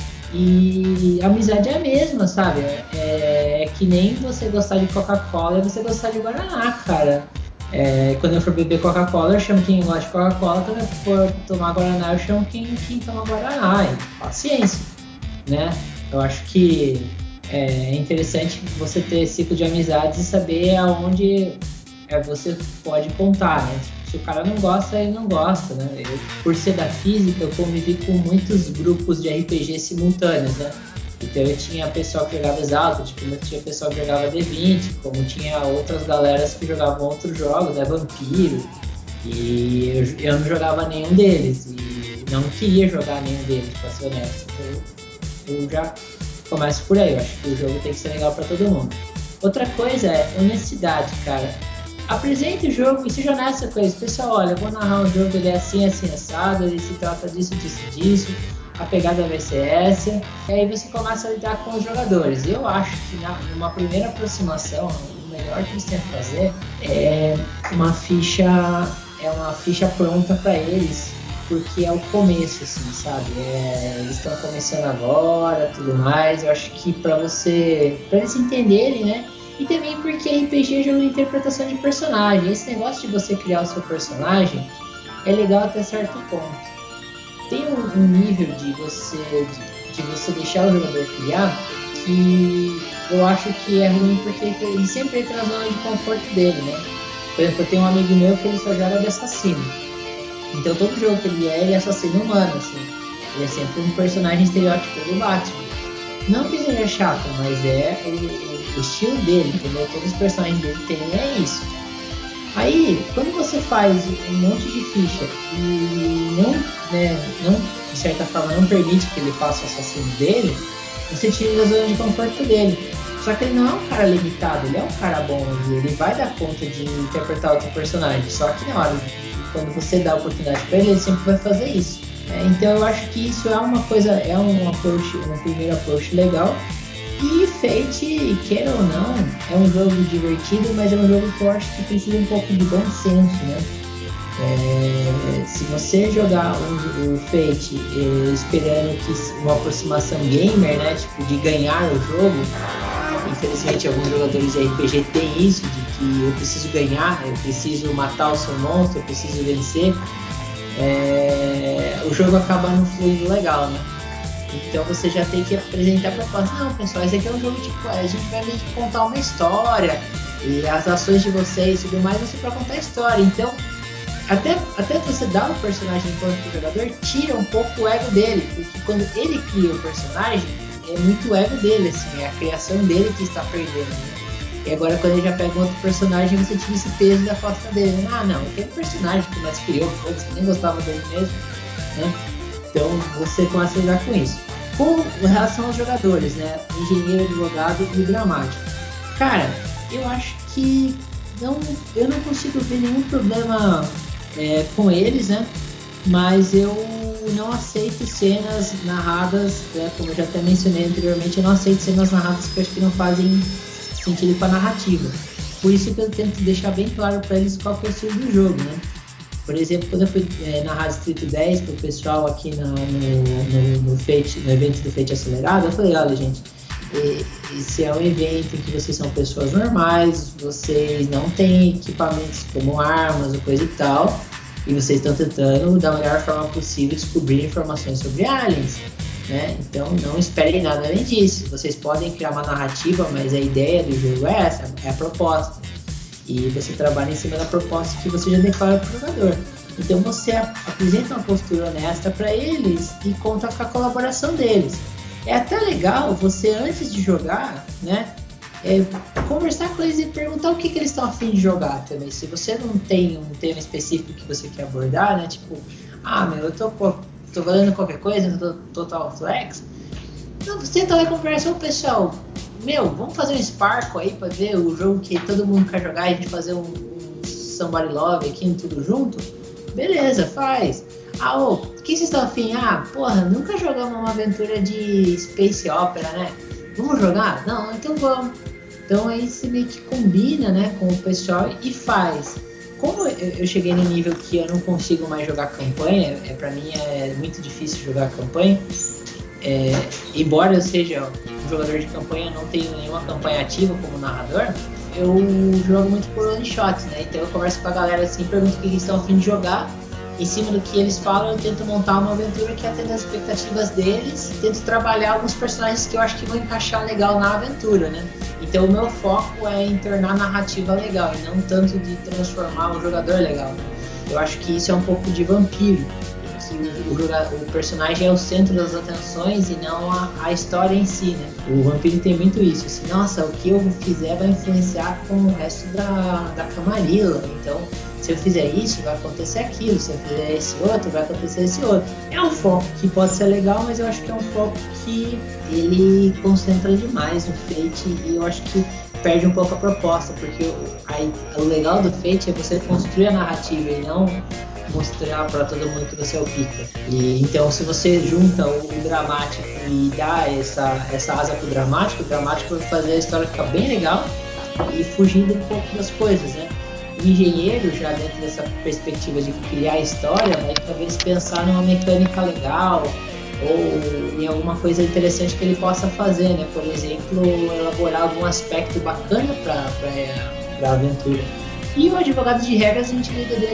E a amizade é a mesma, sabe? É que nem você gostar de Coca-Cola e você gostar de Guaraná, cara. Quando eu for beber Coca-Cola, eu chamo quem gosta de Coca-Cola. Quando eu for tomar Guaraná, eu chamo quem toma Guaraná. E paciência, né? Eu acho que é interessante você ter esse ciclo de amizades e saber aonde você pode contar, né? Se o cara não gosta, ele não gosta, né? Eu, por ser da física, eu convivi com muitos grupos de RPG simultâneos, né? Então eu tinha pessoal que jogava Exalta, como eu tinha pessoal que jogava D20, como tinha outras galeras que jogavam outros jogos, né? Vampiro, e eu não jogava nenhum deles, e não queria jogar nenhum deles, pra ser honesto. Então eu já começo por aí, eu acho que o jogo tem que ser legal pra todo mundo. Outra coisa é honestidade, cara. Apresente o jogo e seja honesto com eles. Pessoal, olha, eu vou narrar um jogo, ele é assim, assim, assado, ele se trata disso, disso, disso, a pegada vai ser essa, e aí você começa a lidar com os jogadores. Eu acho que numa primeira aproximação, o melhor que você tem que fazer é uma ficha pronta para eles, porque é o começo, assim, sabe? Eles estão começando agora, tudo mais. Eu acho que para eles entenderem, né? E também porque RPG é jogo de interpretação de personagem. Esse negócio de você criar o seu personagem é legal até certo ponto. Tem um nível de você deixar o jogador criar que eu acho que é ruim porque ele sempre entra na zona de conforto dele, né? Por exemplo, eu tenho um amigo meu que ele só joga de assassino. Então todo jogo que ele é assassino humano, assim. Ele é sempre um personagem estereótipo do Batman. Não que seja chato, mas é o estilo dele, entendeu? Todos os personagens dele tem isso. Aí, quando você faz um monte de ficha e não, de certa forma, não permite que ele faça o assassino dele, você tira ele da zona de conforto dele. Só que ele não é um cara limitado, ele é um cara bom e ele vai dar conta de interpretar outro personagem. Só que na hora, quando você dá a oportunidade para ele, ele sempre vai fazer isso. Então eu acho que isso é uma coisa, um primeiro approach legal. E Fate, queira ou não, é um jogo divertido, mas é um jogo que eu acho que precisa um pouco de bom senso, né? Se você jogar o Fate esperando que uma aproximação gamer, né? Tipo, de ganhar o jogo, infelizmente alguns jogadores de RPG têm isso, de que eu preciso ganhar, eu preciso matar o seu monstro, eu preciso vencer, o jogo acaba não fluindo legal, né? Então você já tem que apresentar a proposta. Não, pessoal, esse aqui é um jogo tipo, a gente vai meio que contar uma história e as ações de vocês e tudo mais vão ser para contar a história. Então, até você dar o personagem pronto pro jogador, tira um pouco o ego dele, porque quando ele cria o personagem, é muito o ego dele, assim, é a criação dele que está perdendo, né? E agora quando ele já pega um outro personagem, você tira esse peso da costa dele. Não, eu tenho um personagem que nós criou, foda-se, nem gostava dele mesmo, né? Então você começa a lidar com isso. Com relação aos jogadores, né? Engenheiro, advogado e dramático. Cara, eu acho que eu não consigo ver nenhum problema com eles, né? Mas eu não aceito cenas narradas, né? Como eu já até mencionei anteriormente, eu não aceito cenas narradas que eu acho que não fazem sentido com a narrativa. Por isso que eu tento deixar bem claro para eles qual que é o estilo do jogo, né? Por exemplo, quando eu fui narrar Distrito 10 para o pessoal aqui no evento do Fate Acelerado, eu falei, olha gente, esse é um evento em que vocês são pessoas normais, vocês não têm equipamentos como armas ou coisa e tal, e vocês estão tentando, da melhor forma possível, descobrir informações sobre aliens. Né? Então não esperem nada além disso. Vocês podem criar uma narrativa, mas a ideia do jogo é essa, é a proposta. E você trabalha em cima da proposta que você já declara para o jogador. Então você apresenta uma postura honesta para eles e conta com a colaboração deles. É até legal você, antes de jogar, né, conversar com eles e perguntar o que eles estão a fim de jogar também. Se você não tem um tema específico que você quer abordar, né, tipo, eu tô valendo qualquer coisa, tô total flex. Não, você senta lá e conversa, pessoal, vamos fazer um Sparkle aí pra ver o jogo que todo mundo quer jogar e a gente fazer um Somebody Love aqui, tudo junto? Beleza, faz. O que vocês estão afim? Porra, nunca jogamos uma aventura de Space Opera, né? Vamos jogar? Não, então vamos. Então aí você meio que combina, né, com o pessoal e faz. Como eu cheguei no nível que eu não consigo mais jogar campanha, para mim é muito difícil jogar campanha. Embora eu seja um jogador de campanha, não tenho nenhuma campanha ativa como narrador, eu jogo muito por one shot, né? Então eu converso com a galera assim, pergunto o que eles estão a fim de jogar. Em cima do que eles falam, eu tento montar uma aventura que atenda as expectativas deles, tento trabalhar alguns personagens que eu acho que vão encaixar legal na aventura, né? Então o meu foco é em tornar a narrativa legal e não tanto de transformar o jogador legal, né? Eu acho que isso é um pouco de Vampiro, que o personagem é o centro das atenções e não a história em si, né? O Vampiro tem muito isso, assim, nossa, o que eu fizer vai influenciar com o resto da Camarilla, então se eu fizer isso, vai acontecer aquilo, se eu fizer esse outro, vai acontecer esse outro. É um foco que pode ser legal, mas eu acho que é um foco que ele concentra demais no Fate e eu acho que perde um pouco a proposta, porque o legal do Fate é você construir a narrativa e não mostrar para todo mundo que você é o pica. E então, se você junta o dramático e dá essa asa pro dramático, o dramático vai fazer a história ficar bem legal e fugindo um pouco das coisas, né? O engenheiro, já dentro dessa perspectiva de criar história, vai talvez pensar numa mecânica legal ou em alguma coisa interessante que ele possa fazer, né? Por exemplo, elaborar algum aspecto bacana para a aventura. E o advogado de regras, a gente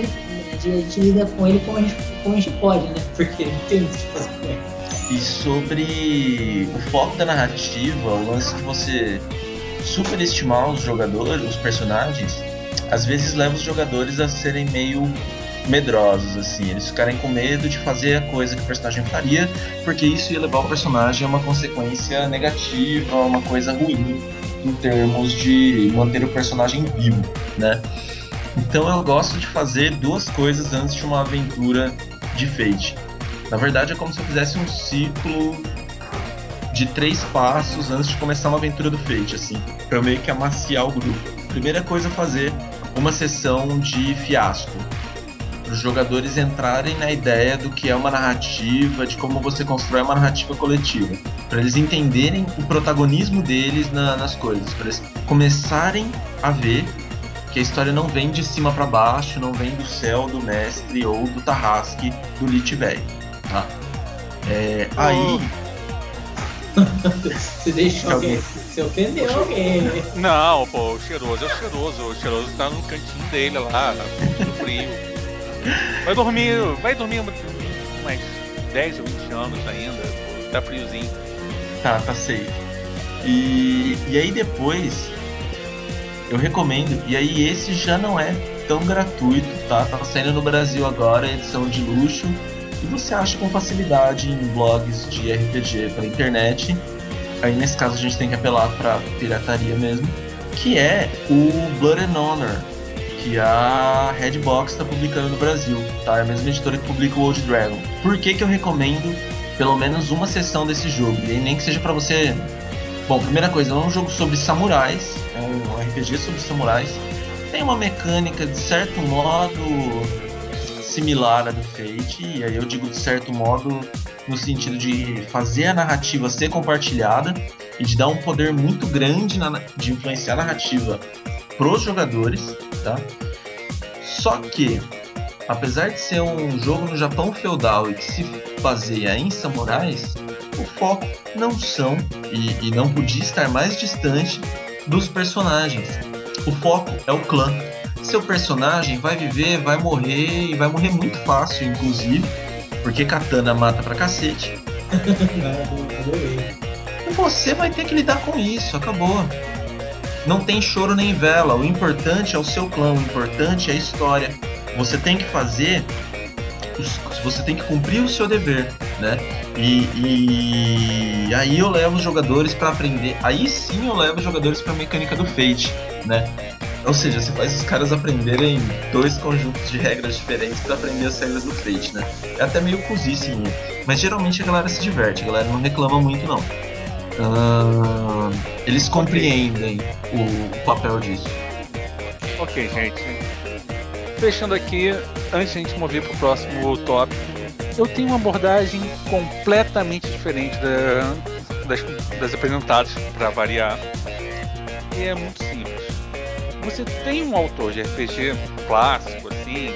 lida com ele como a gente pode, né? Porque não tem muito o que fazer com ele. E sobre o foco da narrativa, o lance de você superestimar os jogadores, os personagens, às vezes leva os jogadores a serem meio medrosos, assim, eles ficarem com medo de fazer a coisa que o personagem faria, porque isso ia levar o personagem a uma consequência negativa, a uma coisa ruim, em termos de manter o personagem vivo, né? Então eu gosto de fazer duas coisas antes de uma aventura de Fate. Na verdade é como se eu fizesse um ciclo de 3 passos antes de começar uma aventura do Fate, assim, para eu meio que amaciar o grupo. Primeira coisa é fazer uma sessão de fiasco, para os jogadores entrarem na ideia do que é uma narrativa, de como você constrói uma narrativa coletiva, para eles entenderem o protagonismo deles nas coisas, para eles começarem a ver que a história não vem de cima para baixo, não vem do céu do mestre ou do tarrasque do Lich velho, tá? Aí Você deixou alguém. Você ofendeu alguém. Não, pô, o cheiroso é o cheiroso. O cheiroso tá no cantinho dele lá, no frio. Vai dormir umas 10 ou 20 anos ainda, pô, tá friozinho. tá safe. E aí depois eu recomendo, e aí esse já não é tão gratuito, tá? Tá saindo no Brasil agora, edição de luxo, e você acha com facilidade em blogs de RPG pela internet. Aí nesse caso a gente tem que apelar para pirataria mesmo, que é o Blood and Honor, que a Redbox está publicando no Brasil, tá? É a mesma editora que publica o Old Dragon. Por que que eu recomendo pelo menos uma sessão desse jogo? E aí nem que seja para você... Bom, primeira coisa, é um jogo sobre samurais, é um RPG sobre samurais. Tem uma mecânica de certo modo similar à do Fate, e aí eu digo de certo modo no sentido de fazer a narrativa ser compartilhada e de dar um poder muito grande de influenciar a narrativa pros jogadores, tá? Só que, apesar de ser um jogo no Japão feudal e que se baseia em samurais, o foco não são e não podia estar mais distante dos personagens. O foco é o clã. Seu personagem vai viver, vai morrer e vai morrer muito fácil, inclusive, porque Katana mata pra cacete. Adorei. E você vai ter que lidar com isso, acabou. Não tem choro nem vela. O importante é o seu clã, o importante é a história. Você tem que fazer, você tem que cumprir o seu dever, né? E aí eu levo os jogadores para aprender. Aí sim eu levo os jogadores para a mecânica do Fate, né? Ou seja, você faz os caras aprenderem dois conjuntos de regras diferentes para aprender as regras do Fate, né? É até meio cozice minha. Mas geralmente a galera se diverte, a galera não reclama muito não. eles compreendem o papel disso. Ok, gente. Fechando aqui, antes de a gente mover para o próximo tópico, eu tenho uma abordagem completamente diferente das apresentadas, para variar. E é muito simples. Você tem um autor de RPG clássico, assim,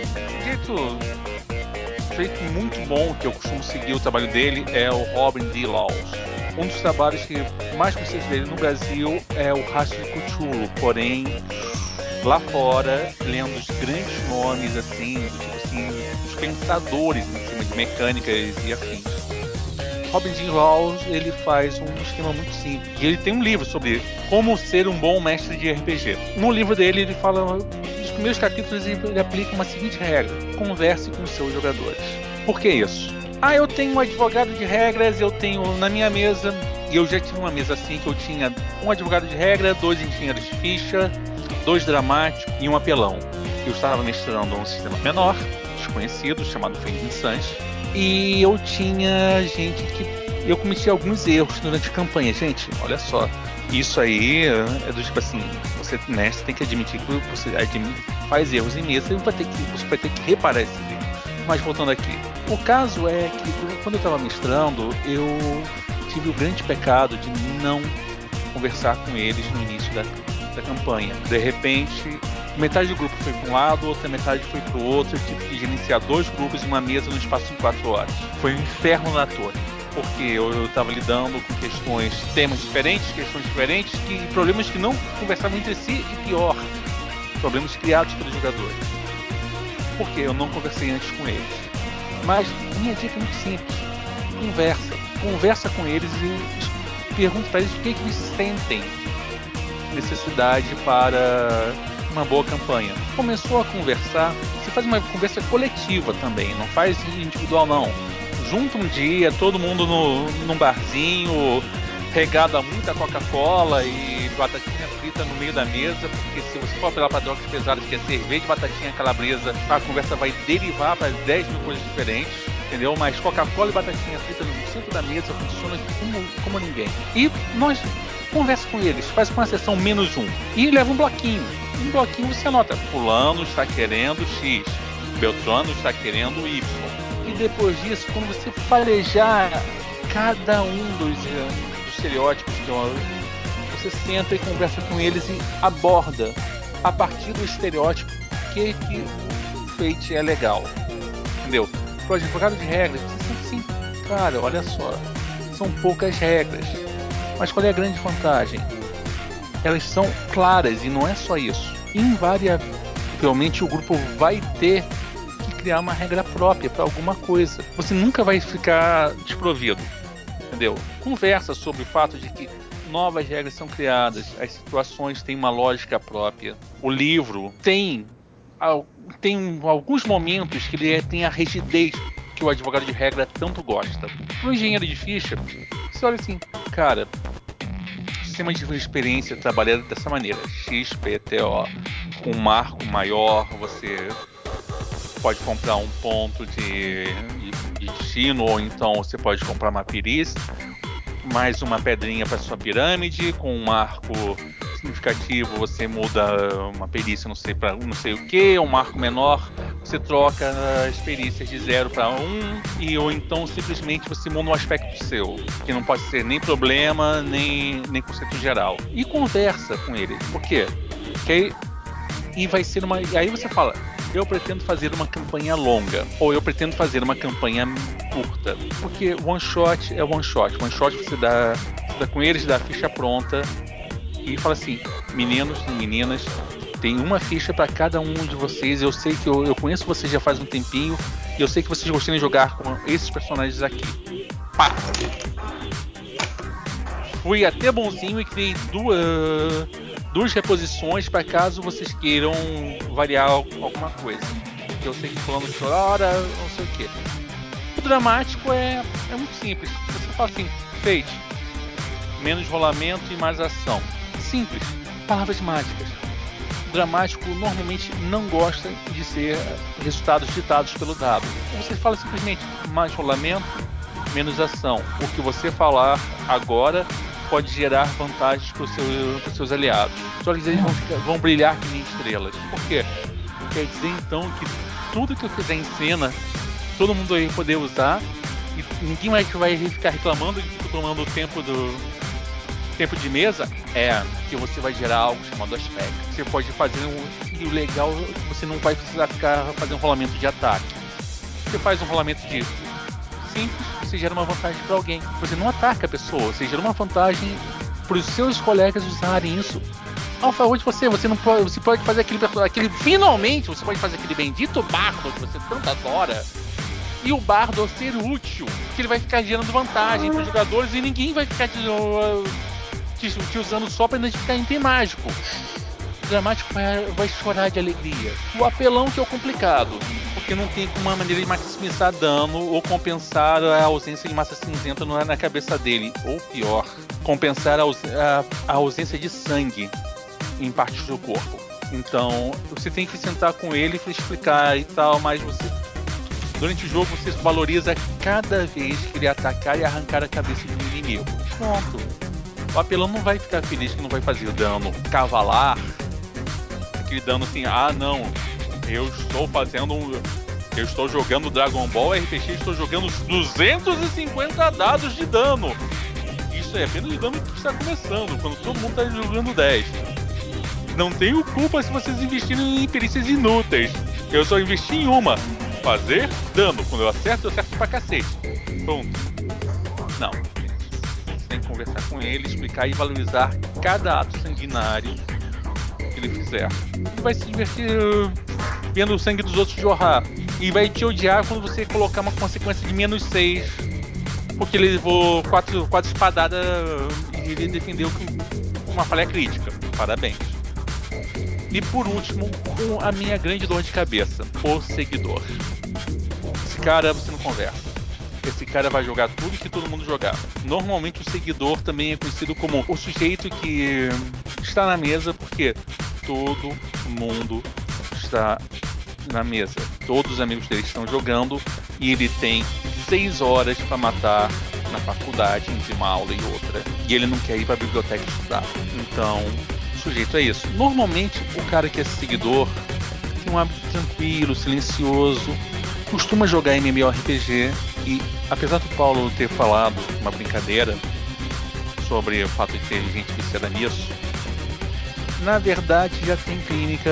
um jeito muito bom que eu costumo seguir o trabalho dele é o Robin D. Laws. Um dos trabalhos que mais conhecidos dele no Brasil é o Rastro de Cthulhu, porém lá fora, lendo os grandes nomes, assim, do tipo assim, os pensadores em cima de mecânicas e afins. Robin D. Laws, ele faz um esquema muito simples. E ele tem um livro sobre como ser um bom mestre de RPG. No livro dele, ele fala, nos primeiros capítulos, ele aplica uma seguinte regra: converse com os seus jogadores. Por que isso? Eu tenho um advogado de regras, eu tenho na minha mesa, e eu já tinha uma mesa assim, que eu tinha um advogado de regra, 2 engenheiros de ficha, 2 dramáticos e um apelão. Eu estava mestrando um sistema menor, desconhecido, chamado Fending Suns, e eu tinha gente que... eu cometi alguns erros durante a campanha. Gente, olha só, isso aí é do tipo assim, você, mestre, tem que admitir que você faz erros em mesa e você vai ter que reparar esses erros. Mas voltando aqui, o caso é que quando eu estava mestrando, eu tive o grande pecado de não conversar com eles no início da campanha. De repente, metade do grupo foi para um lado, outra metade foi para o outro. Eu tive que gerenciar 2 grupos em uma mesa no espaço de 4 horas. Foi um inferno na torre, porque eu estava lidando com temas diferentes, questões diferentes, problemas que não conversavam entre si, e pior, problemas criados pelos jogadores. Porque eu não conversei antes com eles. Mas a minha dica é muito simples: conversa com eles e pergunta para eles o que eles sentem necessidade para uma boa campanha. Começou a conversar, você faz uma conversa coletiva também, não faz individual não. Junta um dia, todo mundo num barzinho, regado a muita Coca-Cola e batatinha frita no meio da mesa, porque se você for apelar para drogas pesadas, que é cerveja e batatinha calabresa, a conversa vai derivar para 10 mil coisas diferentes, entendeu? Mas Coca-Cola e batatinha frita no centro da mesa funciona como ninguém. E nós conversa com eles, faz uma sessão -1 e leva um bloquinho. Um bloquinho você anota: fulano está querendo X, Beltrano está querendo Y. E depois disso, quando você farejar cada um dos estereótipos, você senta e conversa com eles e aborda a partir do estereótipo que o Fate é legal, entendeu? Pro advogado de regras, você sente assim, cara, olha só, são poucas regras, mas qual é a grande vantagem? Elas são claras, e não é só isso. Invariavelmente o grupo vai ter que criar uma regra própria para alguma coisa. Você nunca vai ficar desprovido, entendeu? Conversa sobre o fato de que novas regras são criadas, as situações têm uma lógica própria. O livro tem alguns momentos que ele tem a rigidez que o advogado de regra tanto gosta. Para o engenheiro de ficha, você olha assim, cara, sistema de experiência trabalha dessa maneira: XPTO, com um marco maior, você pode comprar um ponto de destino, ou então você pode comprar uma perícia, mais uma pedrinha para sua pirâmide. Com um marco significativo você muda uma perícia, não sei o que. Um marco menor, você troca as perícias de 0 para 1, ou então simplesmente você muda um aspecto seu, que não pode ser nem problema, nem conceito geral. E conversa com ele. Por quê? Porque aí você fala: eu pretendo fazer uma campanha longa, ou eu pretendo fazer uma campanha curta. Porque one shot é one shot. One shot você dá com eles, dá a ficha pronta e fala assim: meninos e meninas, tem uma ficha para cada um de vocês. Eu sei que eu conheço vocês já faz um tempinho, e eu sei que vocês gostam de jogar com esses personagens aqui. Pá! Fui até bonzinho e criei duas reposições para caso vocês queiram variar alguma coisa. Porque eu sei que fulano chora, não sei o que. O dramático é muito simples. Você fala assim: Fate, menos rolamento e mais ação. Simples. Palavras mágicas. O dramático normalmente não gosta de ser resultados ditados pelo dado. Então você fala simplesmente: mais rolamento, menos ação. O que você falar agora pode gerar vantagens para os seus aliados. Os olhos deles vão brilhar que nem estrelas. Por quê? Quer dizer então que tudo que eu fizer em cena, todo mundo vai poder usar e ninguém mais vai ficar reclamando de que estou tomando o tempo de mesa. É que você vai gerar algo chamado aspecto. Você pode fazer e o legal é que você não vai precisar ficar fazendo um rolamento de ataque. Você faz um rolamento de simples, você gera uma vantagem para alguém. Você não ataca a pessoa, você gera uma vantagem para os seus colegas usarem isso ao favor de você. Você não pode, você pode fazer aquele finalmente você pode fazer aquele bendito bardo que você tanto adora. E o bardo ser útil, que ele vai ficar gerando vantagem para os jogadores e ninguém vai ficar te usando só para identificar item mágico. O dramático vai chorar de alegria. O apelão que é o complicado, porque não tem uma maneira de maximizar dano ou compensar a ausência de massa cinzenta na cabeça dele. Ou pior, compensar a ausência de sangue em partes do corpo. Então, você tem que sentar com ele e explicar e tal, mas durante o jogo você valoriza cada vez que ele atacar e arrancar a cabeça de um inimigo. Pronto. O apelão não vai ficar feliz que não vai fazer dano cavalar, aquele dano assim, não, eu estou jogando Dragon Ball RPG, estou jogando 250 dados de dano. Isso é apenas o dano que está começando, quando todo mundo está jogando 10. Não tenho culpa se vocês investirem em perícias inúteis. Eu só investi em uma: fazer dano. Quando eu acerto pra cacete. Pronto. Não. Você tem que conversar com ele, explicar e valorizar cada ato sanguinário que ele fizer. Ele vai se divertir vendo o sangue dos outros jorrar. E vai te odiar quando você colocar uma consequência de -6. Porque ele levou 4 espadadas e ele defendeu com uma falha crítica. Parabéns. E por último, a minha grande dor de cabeça, o seguidor. Esse cara você não conversa. Esse cara vai jogar tudo que todo mundo jogar. Normalmente o seguidor também é conhecido como o sujeito que está na mesa porque todo mundo está na mesa. Todos os amigos dele estão jogando e ele tem 6 horas para matar na faculdade entre uma aula e outra. E ele não quer ir para a biblioteca estudar. Então, o sujeito é isso. Normalmente, o cara que é seguidor tem um hábito tranquilo, silencioso, costuma jogar MMORPG e, apesar do Paulo ter falado uma brincadeira sobre o fato de ter gente viciada nisso, na verdade já tem clínica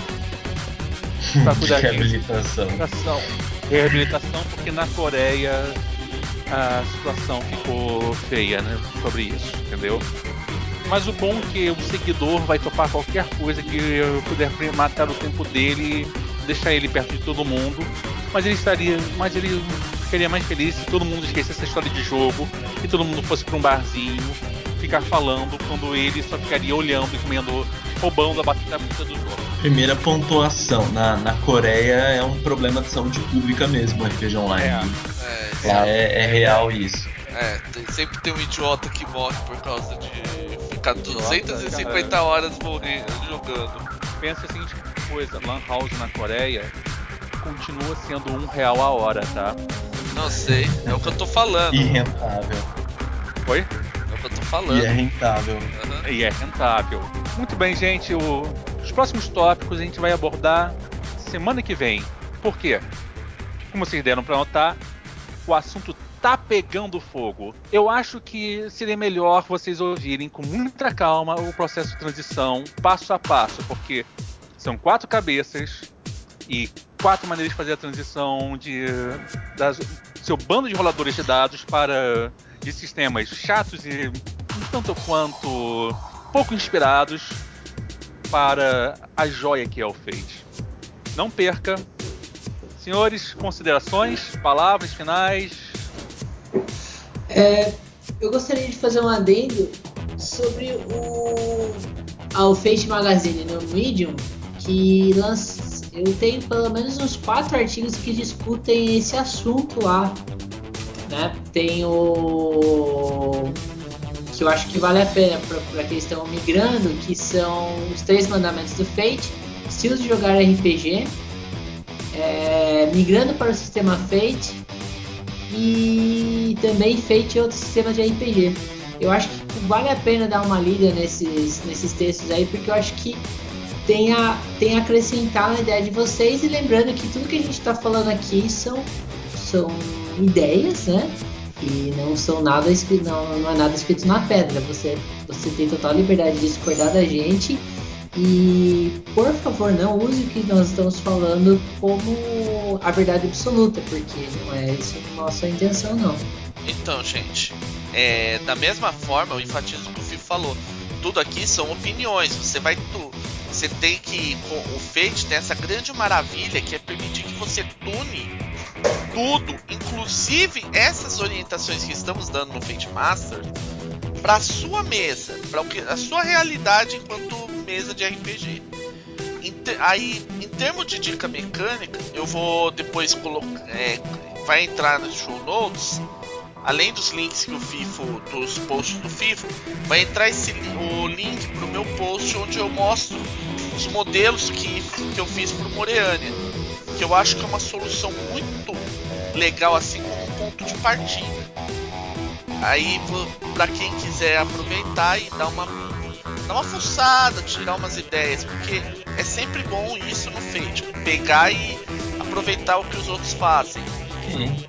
para cuidar de reabilitação. Reabilitação, porque na Coreia a situação ficou feia, né, sobre isso, entendeu? Mas o bom é que o seguidor vai topar qualquer coisa que eu puder matar o tempo dele, deixar ele perto de todo mundo. Mas ele ficaria mais feliz se todo mundo esquecesse essa história de jogo e todo mundo fosse para um barzinho ficar falando, quando ele só ficaria olhando e comendo, roubando a batata frita dos outros. Primeira pontuação. Na Coreia é um problema de saúde pública mesmo, o RPG Online. Lá é real isso. Sempre tem um idiota que morre por causa de ficar 250 horas jogando. Pensa a seguinte coisa: Lan House na Coreia continua sendo R$1 a hora, tá? Não sei, é o que eu tô falando. E rentável. Oi? É o que eu tô falando. E é rentável. Uhum. E é rentável. Muito bem, gente. Os próximos tópicos a gente vai abordar semana que vem. Por quê? Como vocês deram para notar, o assunto tá pegando fogo. Eu acho que seria melhor vocês ouvirem com muita calma o processo de transição, passo a passo, porque são 4 cabeças e 4 maneiras de fazer a transição seu bando de roladores de dados de sistemas chatos e um tanto quanto pouco inspirados para a joia que é o Fate. Não perca. Senhores, considerações, palavras finais. Eu gostaria de fazer um adendo sobre o Fate Magazine no Medium, que eu tenho pelo menos uns 4 artigos que discutem esse assunto lá, né? Tem o que eu acho que vale a pena para quem estão migrando, que são os 3 mandamentos do Fate, estilos de jogar RPG, migrando para o sistema Fate e também Fate e outros sistemas de RPG. Eu acho que vale a pena dar uma lida nesses textos aí, porque eu acho que tem a acrescentar na ideia de vocês, e lembrando que tudo que a gente está falando aqui são ideias, né? E não são nada escrito, não é nada escrito na pedra. Você tem total liberdade de discordar da gente. E por favor, não use o que nós estamos falando como a verdade absoluta, porque não é isso a nossa intenção, não. Então, gente, da mesma forma, eu enfatizo o que o Fih falou. Tudo aqui são opiniões. Você tem que. O Fate tem essa grande maravilha que é permitir que você tune tudo, inclusive essas orientações que estamos dando no Fate Master, para sua mesa, para a sua realidade enquanto mesa de RPG. Aí, em termos de dica mecânica, eu vou depois colocar, vai entrar nos show notes. Além dos links que o FIFO, dos posts do FIFO, vai entrar o link para o meu post onde eu mostro os modelos que eu fiz para o Moreânia, que eu acho que é uma solução muito legal, assim como um ponto de partida. Aí, para quem quiser aproveitar e dar uma fuçada, tirar umas ideias, porque é sempre bom isso no Fate, pegar e aproveitar o que os outros fazem. Ok.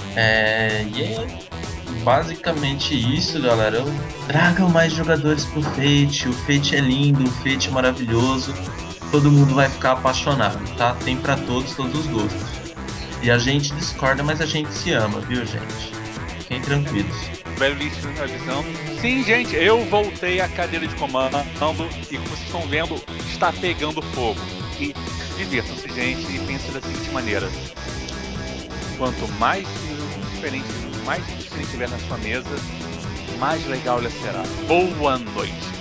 E é basicamente isso, galera. Tragam mais jogadores pro Fate. O Fate é lindo, o Fate é maravilhoso. Todo mundo vai ficar apaixonado, tá? Tem pra todos os gostos. E a gente discorda, mas a gente se ama, viu, gente? Fiquem tranquilos. Velho lixo avisando. Sim, gente, eu voltei à cadeira de comando e, como vocês estão vendo, está pegando fogo. E divirtam-se, gente, e pensem da seguinte maneira: quanto mais diferente tiver na sua mesa, mais legal ela será. Boa noite.